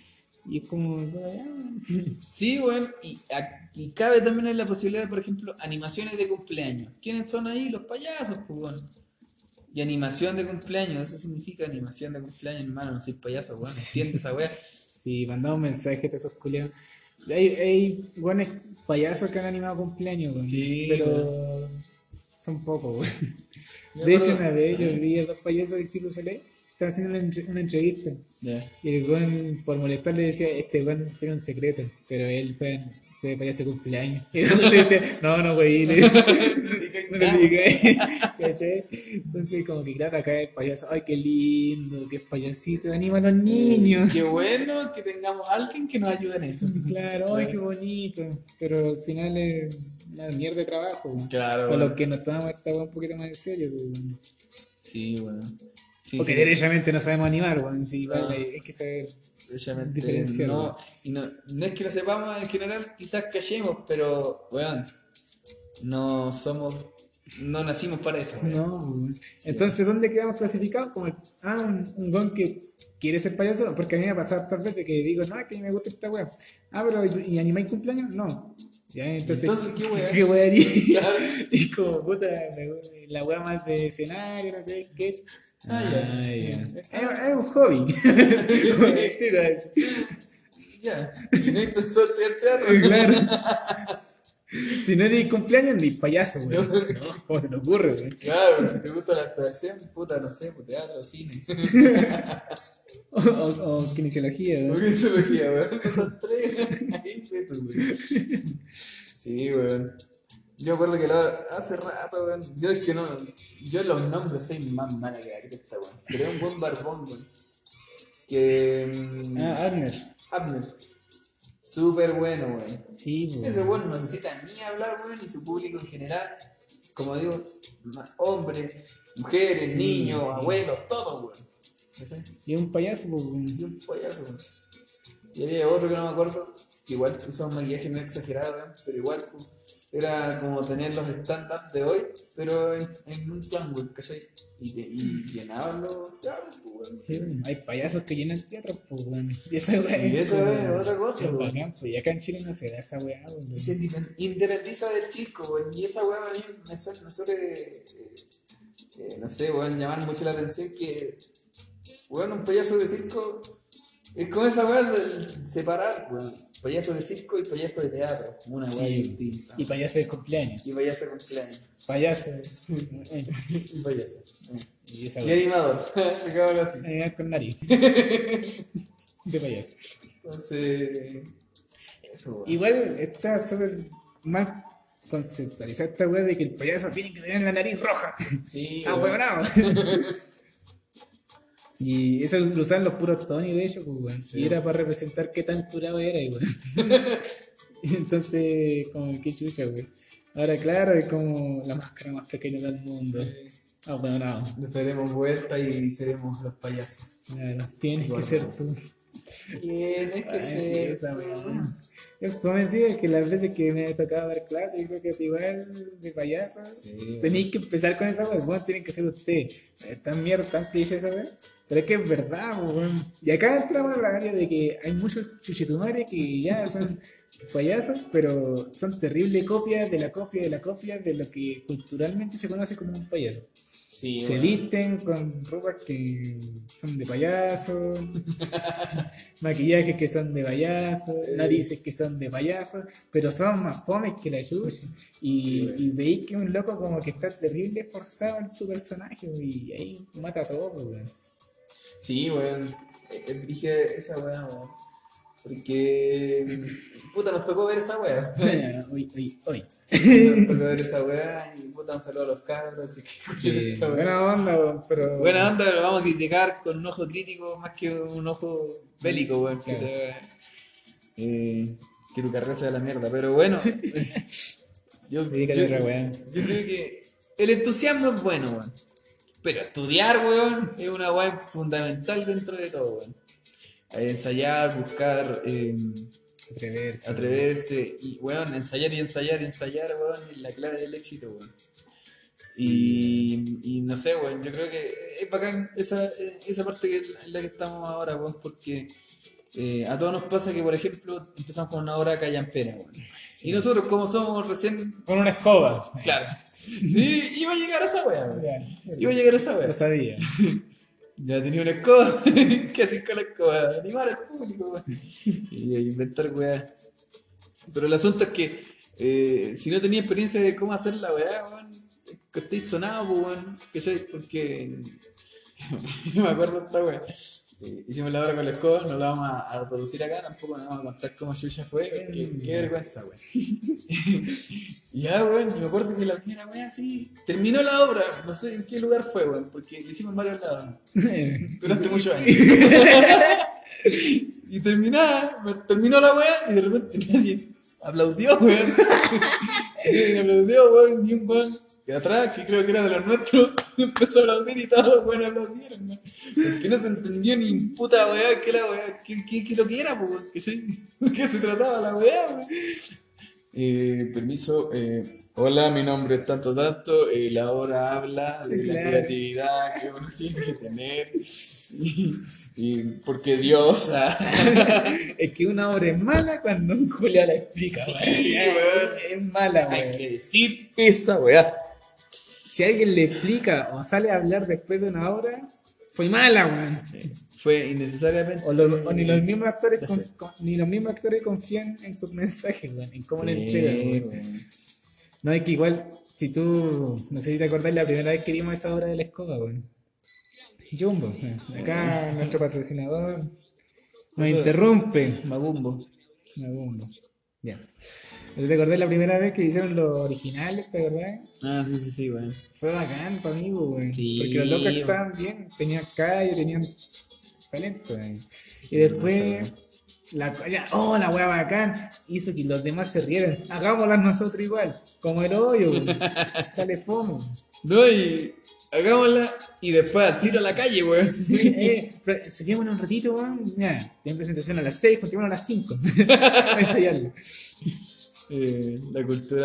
Y es como, Sí, weón, y cabe también en la posibilidad, por ejemplo, animaciones de cumpleaños. ¿Quiénes son ahí? Los payasos, pues, weón. Y animación de cumpleaños, eso significa animación de cumpleaños, hermano, no soy payaso, weón, entiende esa weá. sí, mandamos mensajes a esos culiados. Hay buenos payasos que han animado cumpleaños, weón, Sí, weón. pero son pocos, weón. Yo De hecho, recuerdo. una vez yo Ajá. vi a dos payasos de Circo Soleil, estaban haciendo una entrevista. Ya. Y el weón, por molestarle, decía: este weón tiene un secreto, pero él fue payaso de cumpleaños. Y el otro le decía: no, no, güey, No digáis no le nada, weón. digas. ¿Cachai? Entonces, como que claro, acá el payaso, ay, qué lindo, qué payasito, anima a los niños. Qué bueno que tengamos a alguien que nos ayude en eso. Claro, ay, qué bonito. Pero al final es una mierda de trabajo, weón. Claro, Para los weón. que nos tomamos esta weá un poquito más en serio, weón. Sí, weón. Sí, Porque sí. derechamente no sabemos animar, weón. Sí, No, vale, hay que saber precisamente diferenciar, weón. no. Y no, no es que lo sepamos en general, quizás callemos, pero, weón, no somos. No nacimos para eso, weón. No, weón. Sí, Entonces, ¿dónde quedamos clasificados? Como un gon que quiere ser payaso, porque a mí me ha pasado tantas veces que digo, no, es que a mí me gusta esta weá. Ah, pero ¿y animáis cumpleaños? No. Ya, entonces, entonces, ¿qué weón? ¿qué weá haría? Claro. Y como, puta, la weá más de escenario, no sé, qué. Ah, Ah, ya. ya. Ah, Es un hobby. Tira eso. ya. Y no empezó a estudiar teatro. Claro. Si no eres cumpleaños, ni payaso, weón. No, ¿cómo se te ocurre, weón? Claro, si te gusta la actuación, puta, no sé, pues teatro, cine. O kinesiología, ¿Por weón. qué zoología, weón? Esas tres, ahí fue tu, weón. Sí, weón. Yo recuerdo que hace rato, weón. Yo es que no. Yo los nombres soy más mala que esta, weón. Pero es un buen barbón, weón. Que. Ah, Agnes. Abner. Súper bueno, weón. Sí, Ese weón. weón no necesita ni hablar, weón, ni su público en general. Como digo, hombres, mujeres, niños, Sí. abuelos, todos, weón. ¿Cachai? Y un payaso, pues, weón. Y un payaso, weón. Y había otro que no me acuerdo, que igual usaba un maquillaje no exagerado, weón, pero igual pues, era como tener los stand-up de hoy, pero en un clown, weón, ¿cachai? Y llenaban los teatros, pues, weón. Sí, weón. Hay payasos que llenan teatro, pues, weón. Y esa weá Y es esa es como- otra cosa, es weón. bacán, pues. Y acá en Chile no se da esa weá, Y weón. se independiza del circo, weón. Y esa weón a mí me suele no sé, weón, llamar mucho la atención que, weón, un payaso de circo es como esa weá del separar, weón. Payaso de circo y payaso de teatro, como una weá Sí. distinta. Y payaso de cumpleaños. Y payaso de cumpleaños. Payaso. Y payaso. Y esa Y weá. animador. Me cago algo así. Con nariz. De payaso. Entonces, eso, weón. Igual está súper mal conceptualizada esta weá de que el payaso tiene que tener la nariz roja. Sí, Ah, weón. weón. Y eso lo usaban los puros Tony, de hecho, pues, weón. Sí. Y era para representar qué tan curado era, y weón. Entonces, como, qué chucha, weón. Ahora, claro, es como la máscara más pequeña del mundo. Ah, weón, no. Nos daremos vuelta y seremos los payasos. Claro, tienes que Gordo. ser tú. Tienes que Ay, sí, ser. esa weón. Es convencido que las veces que me ha tocado dar clases, yo creo que es igual de payaso. Sí, Tenéis que empezar con esa weón, bueno, tienen que ser usted. Es tan mierda, tan cliché esa weón. Pero es que es verdad, weón. Y acá entramos en la área de que hay muchos chuchetumares que ya son payasos, pero son terribles copias de la copia de la copia de lo que culturalmente se conoce como un payaso. sí, Se weón. visten con ropas que son de payaso, maquillajes que son de payaso, narices que son de payaso, pero son más fomes que la chucha. Y veis que un loco como que está terrible esforzado en su personaje, y ahí mata todo, weón. Sí, weón. Dije esa weá, weón. Porque. Puta, nos tocó ver esa weá. Hoy. Nos tocó ver esa weá y puta, un saludo a los cabros. Así que escuchen Sí, esta weá. buena onda, weón, pero. Buena onda, pero lo vamos a criticar con un ojo crítico más que un ojo bélico, weón. Claro. Que tu carrera sea la mierda. Pero bueno, yo, Dedícate a otra weá. yo creo que el entusiasmo es bueno, weón. Pero estudiar, weón, es una weá fundamental dentro de todo, weón. Ensayar, buscar, atreverse y, weón, ensayar y ensayar y ensayar, weón, es la clave del éxito, weón. Y no sé, weón, yo creo que es bacán esa parte en la que estamos ahora, weón, porque A todos nos pasa que, por ejemplo, empezamos con una hora callampera, weón. Y nosotros, como somos recién. Con una escoba. Claro. Sí, iba a llegar a esa wea, weón. Ya, Iba a llegar a esa wea. lo sabía. Ya tenía una escoba. ¿Qué haces con la escoba? Animar al público, weón. Y inventar weá. Pero el asunto es que si no tenía experiencia de cómo hacer la weá, weón, que estéis sonado, pues, weón. ¿Cachai? Porque yo me acuerdo de esta weá. Hicimos la obra con la escoba, no la vamos a reproducir acá, tampoco nos vamos a contar cómo Xuxa fue. Qué vergüenza, weón. Y ya, weón, yo me acuerdo que la primera weá así terminó la obra, no sé en qué lugar fue, weón, porque le hicimos en varios lados durante muchos años. Y terminó la weá y de repente nadie aplaudió, weón. Nadie aplaudió, weón, ni un weón de atrás, que creo que era de los nuestros, empezó a aplaudir y todos los weones aplaudieron, weón. Porque no se entendió ni puta weá que la weá, que lo que era, pues, weón, que se trataba la weá, weón. Permiso, hola, mi nombre es tanto, la obra habla de la creatividad que uno tiene que tener y porque Dios Es que una obra es mala cuando un Julia la explica, sí, weón. Es mala, hay weón. que decir esa weá. Si alguien le explica o sale a hablar después de una obra, fue mala, weón. Fue innecesariamente O ni los mismos actores placer. ni los mismos actores confían en sus mensajes, weón, en cómo le Sí, entregan, weón. weón. No, es que igual, si tú, no sé si te acordás la primera vez que vimos esa obra de la escoba, weón. Jumbo, acá nuestro patrocinador nos interrumpe. Magumbo. Magumbo. Ya. ¿Te acordás la primera vez que hicieron los originales, te acordás? Ah, sí, weón. Fue bacán para mí, weón. Sí, Porque los locos weón. estaban bien, tenían calle, tenían talento, weón. Sí, Y después, no sé, la wea bacán hizo que los demás se rieran. Hagámoslas nosotros igual, como el hoyo, weón. Sale fome. no, y hagámosla y después al tiro a la calle, weón. Sí, seguimos un ratito, weón. Ya, tienen presentación a las 6, continuamos a las 5. A ensayarlo. La cultura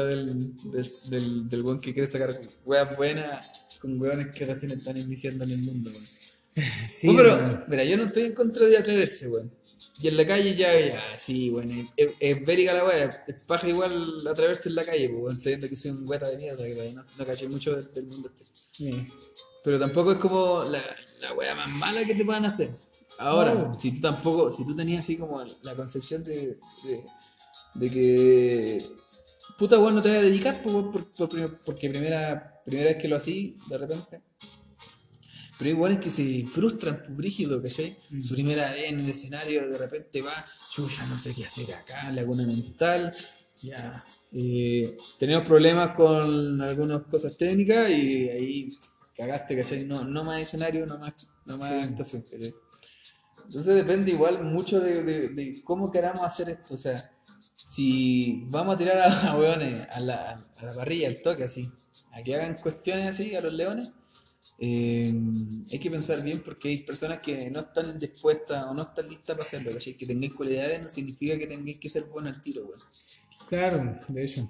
del weón que quiere sacar weas buenas con weones que recién están iniciando en el mundo, weón. Sí, Pero, weón. mira, yo no estoy en contra de atreverse, weón. Y en la calle ya, sí, weón. Es bélica la wea, es paja igual atreverse en la calle, pues, weón, sabiendo que soy un gueta de mierda, que no caché mucho del mundo este. Sí. Pero tampoco es como la wea más mala que te puedan hacer. Ahora, No. si tú tenías así como la concepción de que puta weón no te vas a dedicar porque primera vez que lo así, de repente. Pero hay weones que se frustran, pues, brígido, ¿cachai? Su primera vez en el escenario, de repente va, yo ya no sé qué hacer acá, laguna mental, ya. Tenemos problemas con algunas cosas técnicas y ahí cagaste, ¿cachai? No más escenario, no más Sí. actuación, ¿cachai? Entonces depende igual mucho de cómo queramos hacer esto, o sea, si vamos a tirar a weones a la parrilla, al toque así, a que hagan cuestiones así a los leones, hay que pensar bien porque hay personas que no están dispuestas o no están listas para hacerlo, ¿cachai? Que tengáis cualidades no significa que tengáis que ser buenos al tiro, weón. Claro, de hecho.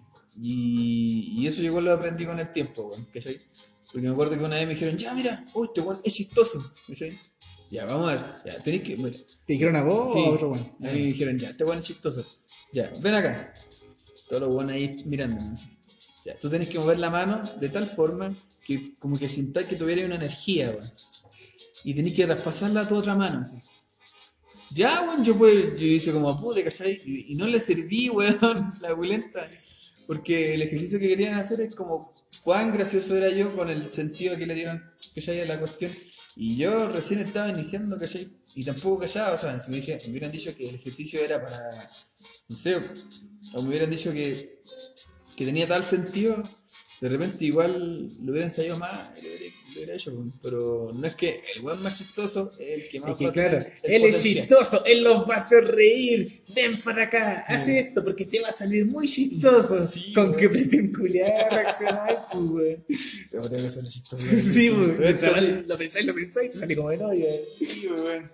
Y eso yo igual lo aprendí con el tiempo, weón, ¿cachai? Porque me acuerdo que una vez me dijeron, ya mira, este weón es chistoso, ¿cachai? Ya, vamos a ver, ya, tenéis que... Bueno, ¿Te dijeron a vos sí, o a otro weón? a mí me dijeron, ya, este weón es chistoso. Ya, ven acá. Todos los weones ahí mirándome. Así. Ya, tú tenés que mover la mano de tal forma que como que sintáis que tuviera una energía, weón. Y tenés que traspasarla a tu otra mano, así. Ya, weón, yo hice como pude, ¿cachai? Y no le serví, weón, la bulenta. Porque el ejercicio que querían hacer es como cuán gracioso era yo con el sentido que le dieron, ¿cachai? A la cuestión. Y yo recién estaba iniciando, ¿cachai? Y tampoco callaba, o sea, si me hubieran dicho que el ejercicio era para, no sé, o me hubieran dicho que tenía tal sentido, de repente igual lo hubiera ensayado más, lo hubiera hecho, weón. Pero no es que el weón más chistoso es el que más Es que va a claro, tener el él es potencial. chistoso, él los va a hacer reír. Ven para acá, haz esto porque te va a salir muy chistoso. Sí, Con weón. qué presión culiada reaccionar, pues, weón. Pero tengo que ser chistoso. Sí, weón. Esto sí. Lo pensáis y te sale como el hoyo. Sí, weón.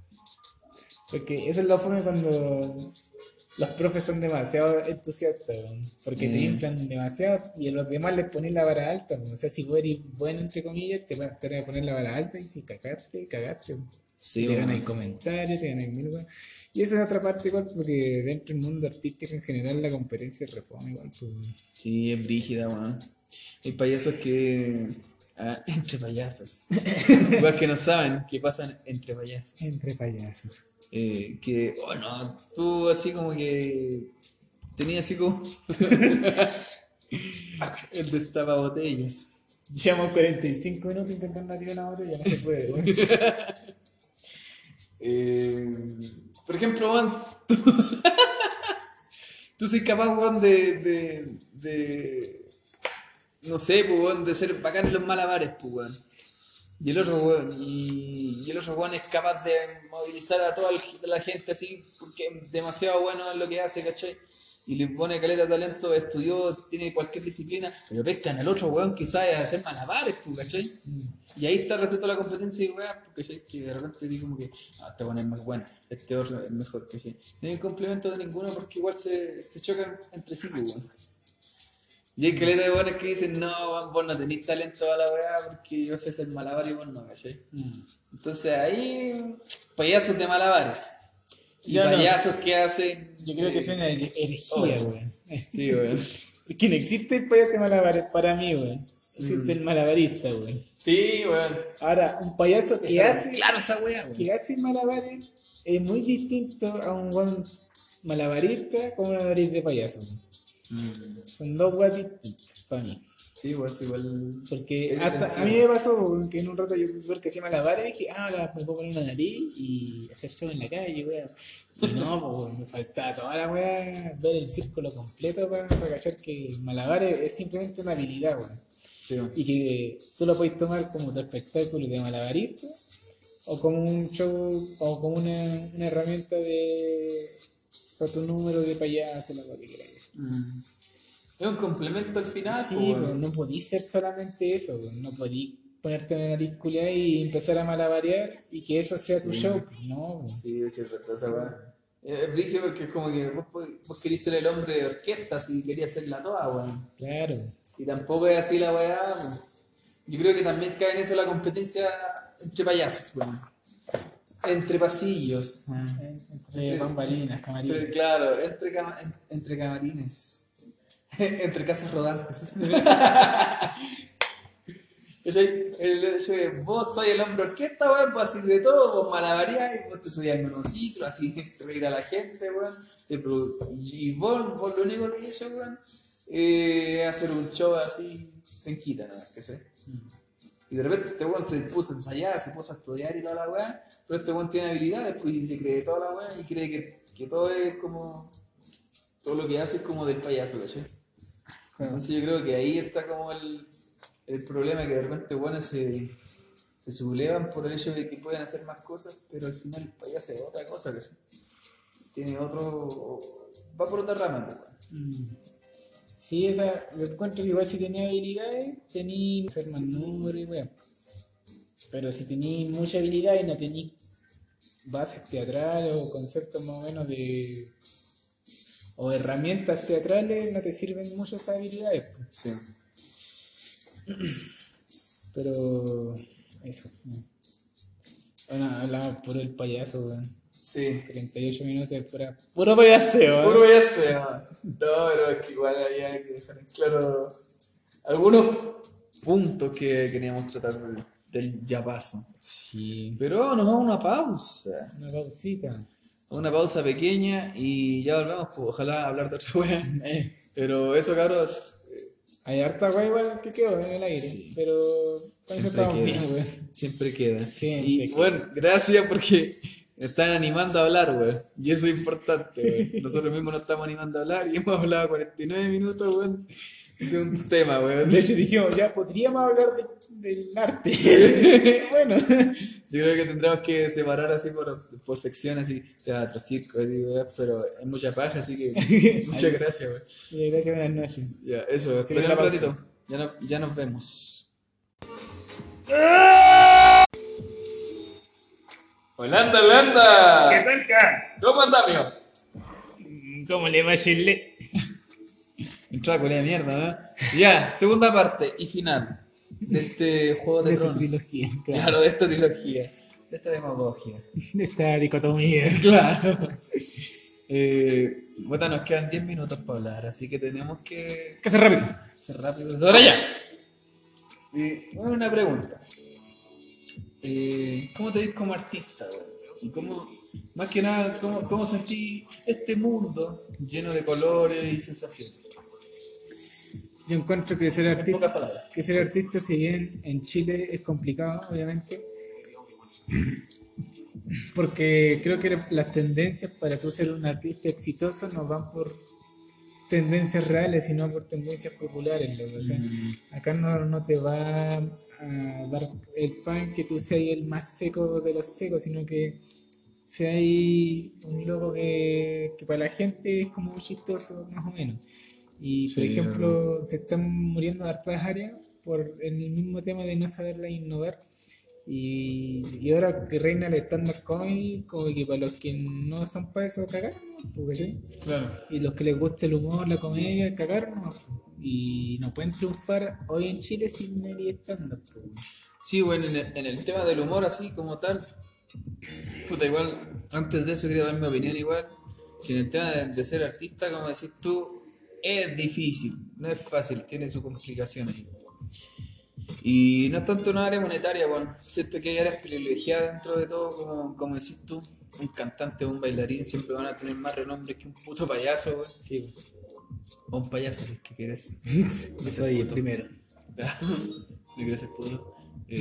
Porque eso es la forma cuando los profes son demasiado entusiastas, weón. Porque te inflan demasiado y a los demás les ponen la vara alta, weón. O sea, si vos eres bueno, entre comillas, te van a poner la vara alta y si cagaste, cagaste, weón. Sí, te ganan weón. el comentario, te ganan el mil, weón. Y esa es otra parte igual, porque dentro del mundo artístico en general la competencia es reforma igual, pues, weón. Sí, es brígida, weón. Hay payasos que. Entre payasos. Igual que no saben qué pasan entre payasos. Entre payasos. Que, oh no, tú así como que. Tenías así como. El destapabotellas. Llevamos 45 minutos intentando tirar una botella, no se puede, weón. Por ejemplo, weón, tú soy capaz, weón, de no sé, pues, weón, de ser bacán en los malabares, pues, weón. Y el otro, weón, y el otro weón es capaz de movilizar a toda la gente así, porque es demasiado bueno en lo que hace, ¿cachai? Y le pone caleta de talento, estudió, tiene cualquier disciplina, pero pescan al otro weón que sabe hacer malabares, pues, ¿cachai? Y ahí está receta la competencia y weón, ¿cachai? Que de repente digo como que, este weón es más bueno, este otro es mejor, ¿cachai? No hay complemento de ninguno porque igual se chocan entre sí, pues, weón. Y hay caleta de weones que dicen, no, weón, vos no tenés talento a la weá porque yo sé hacer malabar y vos no, ¿cachai? Entonces ahí, payasos de malabares. Y Yo no. payasos que hacen. Yo creo que es una herejía, Oye. weón. Sí, weón. Es que no existe el payaso malabares para mí, weón. Existe el malabarista, weón. Sí, weón. Ahora, un payaso que hace, Claro, esa weá, weón. que hace malabares es muy distinto a un buen malabarista con un malabarista de payaso, weón. Son dos weas distintas para mí. Sí, weón, sí, igual. Porque Ese hasta sentido. a mí me pasó weón, que en un rato yo vi que hacía malabares y dije, ahora me puedo poner una nariz y hacer show en la calle, weón. Y no, pues me faltaba toda la weá, ver el círculo completo para cachar que malabares es simplemente una habilidad, weón. Sí, weón. Y que tú lo puedes tomar como tu espectáculo de malabarista o como un show o como una herramienta de para tu número de payaso, lo que queráis. Es un complemento al final, Sí, pues, pero weón. no podís ser solamente eso, weón. No podís ponerte una nariz culiada y empezar a malabarear y que eso sea tu Sí. show. No, weón. Sí, es cierto, esa weá. Es brígido porque es como que vos querís ser el hombre de orquesta si querías hacerla toda, weón. Claro. Y tampoco es así la weá, weón. Yo creo que también cae en eso la competencia entre payasos, weón. Entre pasillos. Entre bambalinas, camarines. Claro, entre camarines. Entre casas rodantes. Vos sois el hombre orquesta, weón, vos así de todo, vos malabarías, vos te subías en monociclo, así te reír a la gente, weón. Y vos lo único que hizo, weón, hacer un show así, tranquila, ¿no? ¿Cachai? Y de repente este weón se puso a ensayar, se puso a estudiar y toda la weá, pero este weón tiene habilidades, pues, y se cree toda la weá, y cree que todo es como, todo lo que hace es como del payaso, ¿cachai? Entonces yo creo que ahí está como el problema, que de repente weones se sublevan por el hecho de que pueden hacer más cosas, pero al final el payaso es otra cosa, ¿cachai? Tiene otro, va por otra rama, pues, weón. Sí, esa, yo encuentro que igual si tenía habilidades, tenía hacer más números y weón. Pero si tenía mucha habilidad y no tenía bases teatrales o conceptos más o menos de o herramientas teatrales, no te sirven mucho esas habilidades. Pues. Sí. Pero eso. No. Bueno, hablamos por el payaso, weón. Sí. 38 minutos de puro payaseo, weón. Puro payaso, no, pero es que igual había que dejar en claro algunos puntos que queríamos tratar del ya paso. Sí. Pero nos vamos a una pausa. Una pausita. Una pausa pequeña y ya volvemos, pues, ojalá hablar de otra wea. Pero eso, cabros, Hay harta weá igual que quedó en el aire, Sí. pero con eso siempre estamos queda. bien, weón. Siempre queda. Siempre Y queda. bueno, gracias porque me están animando a hablar, weón. Y eso es importante, weón. Nosotros mismos nos estamos animando a hablar y hemos hablado 49 minutos, weón, de un tema, weón. De hecho dijimos, ya podríamos hablar del arte. Bueno. Yo creo que tendremos que separar así por secciones, así, teatro, circo, así, weón, pero hay mucha paja, así que muchas gracias, weón. Gracias, buenas noches. Ya, eso, Sí, esperen la un pausa. ratito. Ya nos vemos. Holanda, Holanda. ¿Qué tal, K? ¿Cómo andás, amigo? ¿Cómo le va a Chile? Entrada con la mierda, ¿no? Ya, segunda parte y final de este Juego de Tronos. trilogía, Claro, de esta trilogía. de esta demagogia. De esta dicotomía. Claro. Bueno, nos quedan 10 minutos para hablar, así que tenemos que Que hace rápido. ser rápidos. ¡Ahora ya! Bueno, una pregunta. ¿Cómo te ves como artista, güey? Y cómo, más que nada, cómo sentí este mundo lleno de colores y sensaciones? Yo encuentro que ser En pocas artista, palabras. si bien en Chile es complicado, obviamente, porque creo que las tendencias para tú ser un artista exitoso no van por tendencias reales, sino por tendencias populares, loco. O sea, acá no te va a dar el pan que tú seas el más seco de los secos, sino que sea ahí un loco que para la gente es como chistoso, más o menos. Y por Sí, ejemplo, se están muriendo hartas áreas por el mismo tema de no saberla innovar. Y ahora que reina el stand-up comedy, como que para los que no son para eso, cagar, ¿no? ¿Cachai? claro. Y los que les gusta el humor, la comedia, cagar, ¿no? Y no pueden triunfar hoy en Chile sin el stand-up. Pues. Sí, bueno, en el tema del humor así como tal, puta, igual, antes de eso quería dar mi opinión igual, que en el tema de ser artista, como decís tú, es difícil, no es fácil, tiene su complicación ahí. Y no es tanto una área monetaria, bueno, siento que hay áreas privilegiadas dentro de todo, como decís tú, un cantante o un bailarín siempre van a tener más renombre que un puto payaso, weón. Sí, O un payaso, si es que quieres. yo soy el primero. No quiero ser puto.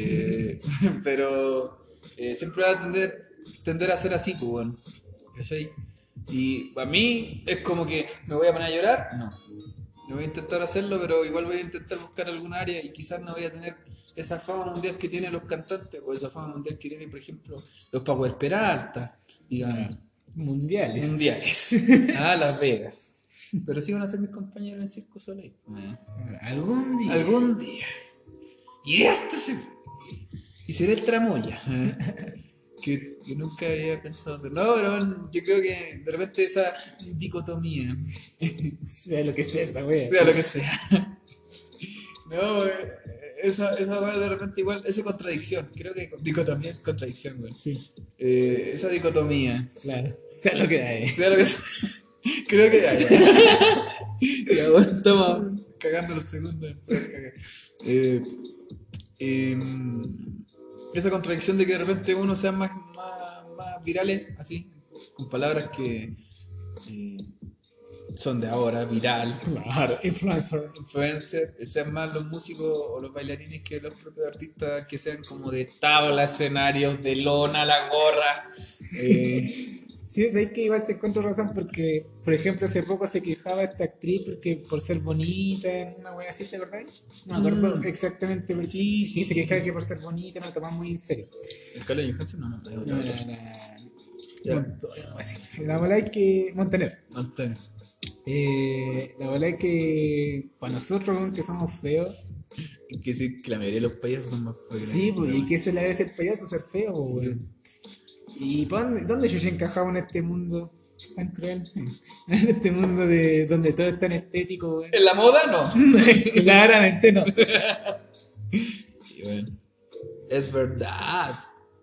Pero siempre va a tender a ser así, pues, bueno. ¿Cachai? Y para mí es como que me voy a poner a llorar, no. No voy a intentar hacerlo, pero igual voy a intentar buscar algún área y quizás no voy a tener esa fama mundial que tienen los cantantes o esa fama mundial que tienen, por ejemplo, los Power Peralta, digamos, Mundiales. mundiales, a Las Vegas. Pero sí van a ser mis compañeros en Circo Soleil. Algún día. Algún día. Y esto se... Y seré el tramoya. Que nunca había pensado hacer. No, pero yo creo que de repente esa dicotomía, Sea lo que sea esa wea. sea lo que sea. No, esa weá de repente igual, esa contradicción, creo que dicotomía es contradicción, güey. Sí, Esa dicotomía, claro. Sea lo que hay. sea lo que sea, creo que ya, ya. Ya, bueno, estamos cagando los segundos. Después de cagar. Em, esa contradicción de que de repente uno sea más virales, así, con palabras que son de ahora, viral, Claro, influencer. influencer, sean más los músicos o los bailarines que los propios artistas que sean como de tabla, escenarios, de lona, la gorra. Sí, es ahí que igual te encuentro razón porque, por ejemplo, hace poco se quejaba esta actriz porque por ser bonita, una wea así, ¿te acordás? No me acuerdo exactamente, pero Sí, sí, se sí, quejaba sí. que por ser bonita no la tomaban muy en serio. ¿El Scarlett Johansson? No, Ya. Montoya, así. La verdad es que Montaner. Antonio. La verdad es que para nosotros que somos feos, Que sí, que la mayoría de los payasos son más feos. sí, pues, ¿y qué se le debe ser payaso ser feo, Sí. weón? ¿Y dónde yo encajaba en este mundo tan cruel? En este mundo de donde todo es tan estético, weón. ¿En la moda? No. Claramente no. Sí, bueno. Es verdad.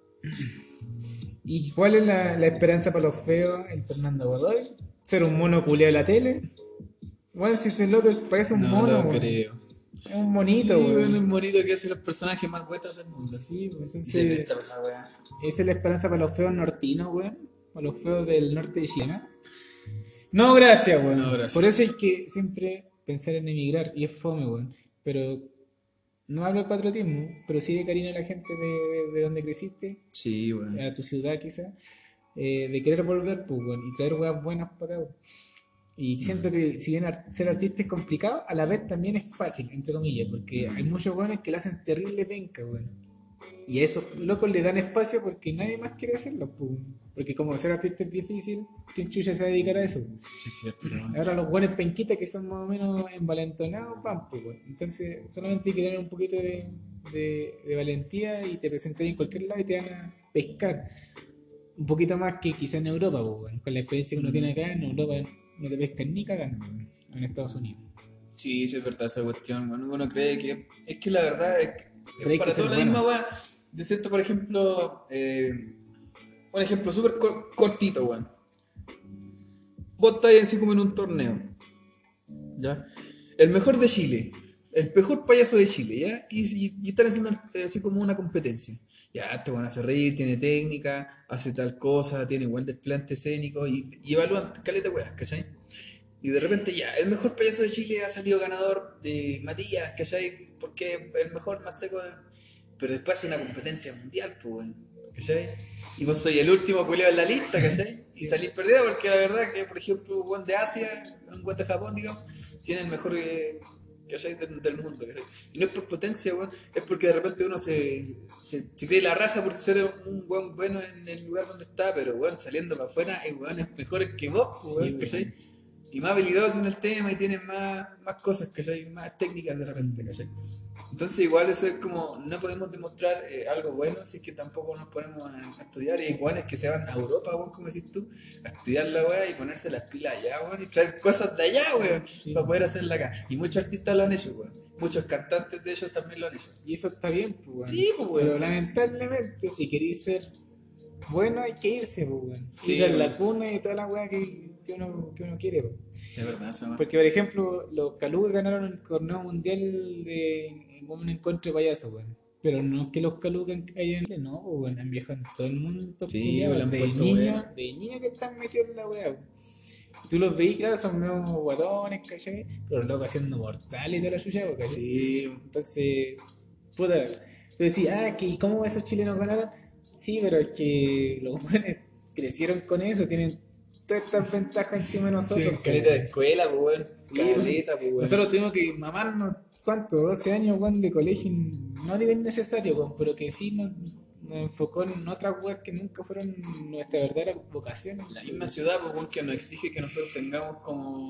¿Y cuál es la esperanza para los feos? El Fernando Godoy. Ser un mono culeado de la tele. Bueno, si ese loco parece un No mono, lo weón. creo. Es un monito, Sí, weón. bueno, un bonito que hace los personajes más huetas del mundo. Sí, pues, Y se entonces presta para esa weá. esa es la esperanza para los feos nortinos, weón. Para los feos del norte de Chile. No, gracias, weón. No, gracias. Por eso hay que siempre pensar en emigrar. Y es fome, weón. Pero no hablo de patriotismo, pero sí de cariño a la gente de donde creciste, Sí, bueno. a tu ciudad quizás. De querer volver, pues, weón. Y traer weas buenas para acá, weón. Y siento que si bien ser artista es complicado, a la vez también es fácil, entre comillas, porque hay muchos weones que le hacen terrible penca, weón. Y a esos locos le dan espacio porque nadie más quiere hacerlo, pues. Porque como ser artista es difícil, ¿quién chucha se va a dedicar a eso? Sí, sí, pero... Ahora los buenos penquitas que son más o menos envalentonados van, pues, weón. Entonces solamente hay que tener un poquito de valentía y te presentas en cualquier lado y te van a pescar. Un poquito más que quizá en Europa, pues, weón. Con la experiencia que uno tiene acá, en Europa no te pescan ni cagando, weón. En Estados Unidos. Sí, sí, es verdad esa cuestión. Bueno, uno cree que... Es que la verdad es Pero hay para que ser toda la bueno. misma weá. de cierto, por ejemplo, un ejemplo súper cortito, weón. Vos estáis así como en un torneo, ¿ya? El mejor de Chile, el mejor payaso de Chile, ¿ya? Y están haciendo así como una competencia. Ya, te van a hacer reír, tiene técnica, hace tal cosa, tiene buen desplante escénico y evalúan caleta de weas, ¿cachai? Y de repente ya, el mejor payaso de Chile ha salido ganador de Matías, ¿cachai? Porque es el mejor más seco de... Pero después hace una competencia mundial, pues, weón, ¿cachai? Y vos soy el último culiao en la lista, ¿cachai? Y salís perdido porque la verdad que, por ejemplo, un weón de Asia, un weón de Japón, digamos, tiene el mejor ¿cachai? Del mundo, ¿cachai? Y no es por potencia, weón, es porque de repente uno se cree la raja por ser un weón bueno en el lugar donde está, pero weón, saliendo para afuera hay weones mejores que vos, pues, weón, ¿cachai? Y más habilidosos en el tema y tienen más cosas, ¿cachai? Más técnicas de repente, ¿cachai? Entonces igual eso es como, no podemos demostrar algo bueno si es que tampoco nos ponemos a estudiar. Y hay guanes que se van a Europa, weón, como decís tú, a estudiar la weá y ponerse las pilas allá, weón, y traer cosas de allá, weón, Sí. para poder hacerla acá. Y muchos artistas lo han hecho, weón. Muchos cantantes de ellos también lo han hecho. Y eso está bien, pues, weón. Sí, pues, weón. Pero lamentablemente, si queréis ser bueno, hay que irse, pues, weón. Sí, Ir a la weón. cuna y toda la weá que uno quiere, pues. Es verdad, eso, weón. Porque, por ejemplo, los Calugas ganaron el torneo mundial de un encuentro de payaso, weón. Pero no es que los Calugas hayan, no, pues, weón, han viajado en todo el mundo, Sí, culiao, weón, le han de puesto niños, weón. de niños que están metidos en la weá, weón. Tú los veis, claro, son medio guatones, ¿cachai? Pero los locos haciendo mortales y toda la suya, ¿cachai? Sí, Entonces, puta, tú decís, que ¿cómo esos chilenos ganaron? Sí, pero es que los buenos crecieron con eso, tienen todas estas ventajas encima de nosotros. sí, caleta de escuela, pues, weón. Sí, Caleta, pues, weón. nosotros tuvimos que mamarnos, ¿cuánto? 12 años, weón, de colegio, no digo innecesario, weón, pero que sí nos enfocó en otras weas que nunca fueron nuestra verdadera vocación. La misma ciudad, pues, weón, que nos exige que nosotros tengamos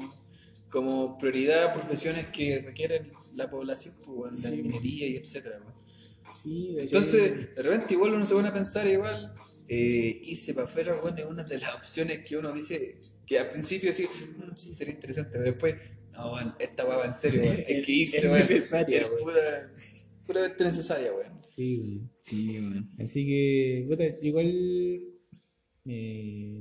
como prioridad profesiones que requieren la población, pues, weón, la Sí. minería y etcétera, weón. Sí, de hecho, Entonces, de repente igual uno se pone a pensar igual, irse para afuera, weón, es una de las opciones que uno dice, que al principio sí, sí, sería interesante, pero después, no, weón, esta weá va en serio, weón, hay que irse, es weón. necesaria, Es weón. puramente necesaria, weón. Sí, weón. Sí, weón. Así que, puta, igual. Eh,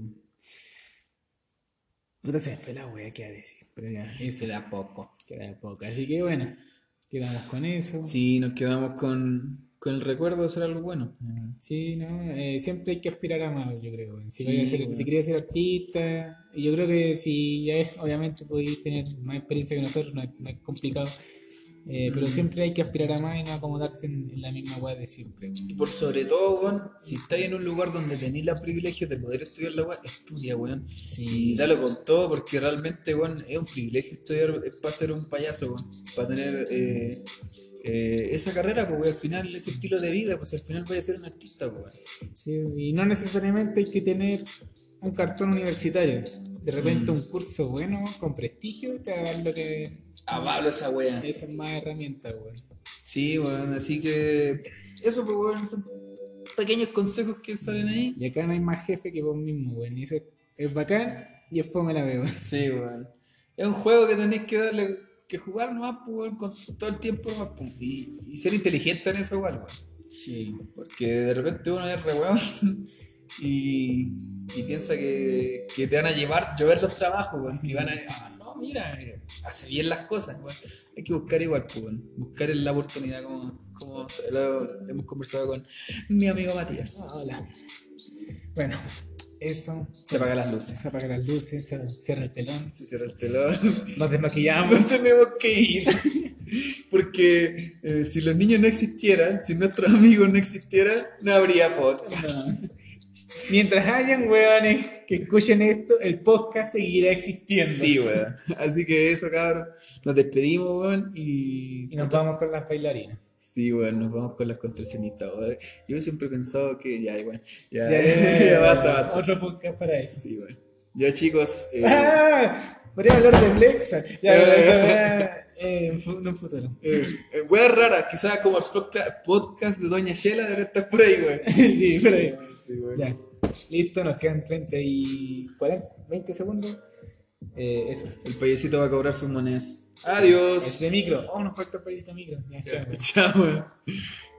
puta, se me fue la wea que iba a decir. Pero ya, eso Queda poco. queda poco. Así que bueno, quedamos con eso. Sí, nos quedamos con el recuerdo de hacer algo bueno. Sí, ¿no? Siempre hay que aspirar a más, yo creo. Si, Sí, si weón. querías ser artista, y yo creo que si ya es, obviamente podéis tener más experiencia que nosotros, no es complicado. Pero siempre hay que aspirar a más y no acomodarse en la misma wea de siempre. Y por sobre todo, weón, si estáis en un lugar donde tenéis los privilegios de poder estudiar la weá, estudia, weón. Sí. Y dalo con todo, porque realmente, weón, es un privilegio estudiar para ser un payaso, weón. Para tener esa carrera, pues, weón, al final, ese estilo de vida, pues al final voy a ser un artista, pues, weón. Sí, y no necesariamente hay que tener un cartón universitario. De repente un curso bueno, con prestigio, te va a dar lo que... Avalo esa weá. Esa es más herramienta, weón. Sí, weón, así que eso, pues, weón, son pequeños consejos que salen ahí. Y acá no hay más jefe que vos mismo, weón. Y eso es bacán y es fome la veo. Sí, weón. Es un juego que tenéis que darle, que jugar nomás, pues, weón, con todo el tiempo nomás, pues. Y ser inteligente en eso, igual, weón. Sí. Porque de repente uno es re weón y piensa que te van a llover los trabajos, weón. Que van no, mira, hace bien las cosas, weón. Hay que buscar igual, pues, weón. Buscar la oportunidad, como lo hemos conversado con mi amigo Matías. Hola. Bueno, eso. Se apagan las luces. Se apagan las luces, se cierra el telón. Se cierra el telón. Nos desmaquillamos. Nos tenemos que ir. Porque si los niños no existieran, si nuestros amigos no existieran, no habría podcast. No. Mientras hayan weones que escuchen esto, el podcast seguirá existiendo. Sí, weón. Así que eso, cabrón. Nos despedimos, weón. Y nos vamos con las bailarinas. Sí, weón, nos vamos con las contraccionistas, weón. Yo siempre he pensado que ya, igual. Ya, Ya, basta. Otro podcast para eso. Sí, weón. Ya, chicos. Podría hablar de Blexa. Ya, eso en un futuro. Weas raras, quizás como el podcast de Doña Shela debe estar por ahí, weón. Sí, pero ahí. Sí, weón. Ya. Listo, nos quedan 30 y 40, 20 segundos. Eso. El payasito va a cobrar sus monedas. Adiós. Este micro. Oh, nos falta el país de micro. Ya, chao. Chao, weón.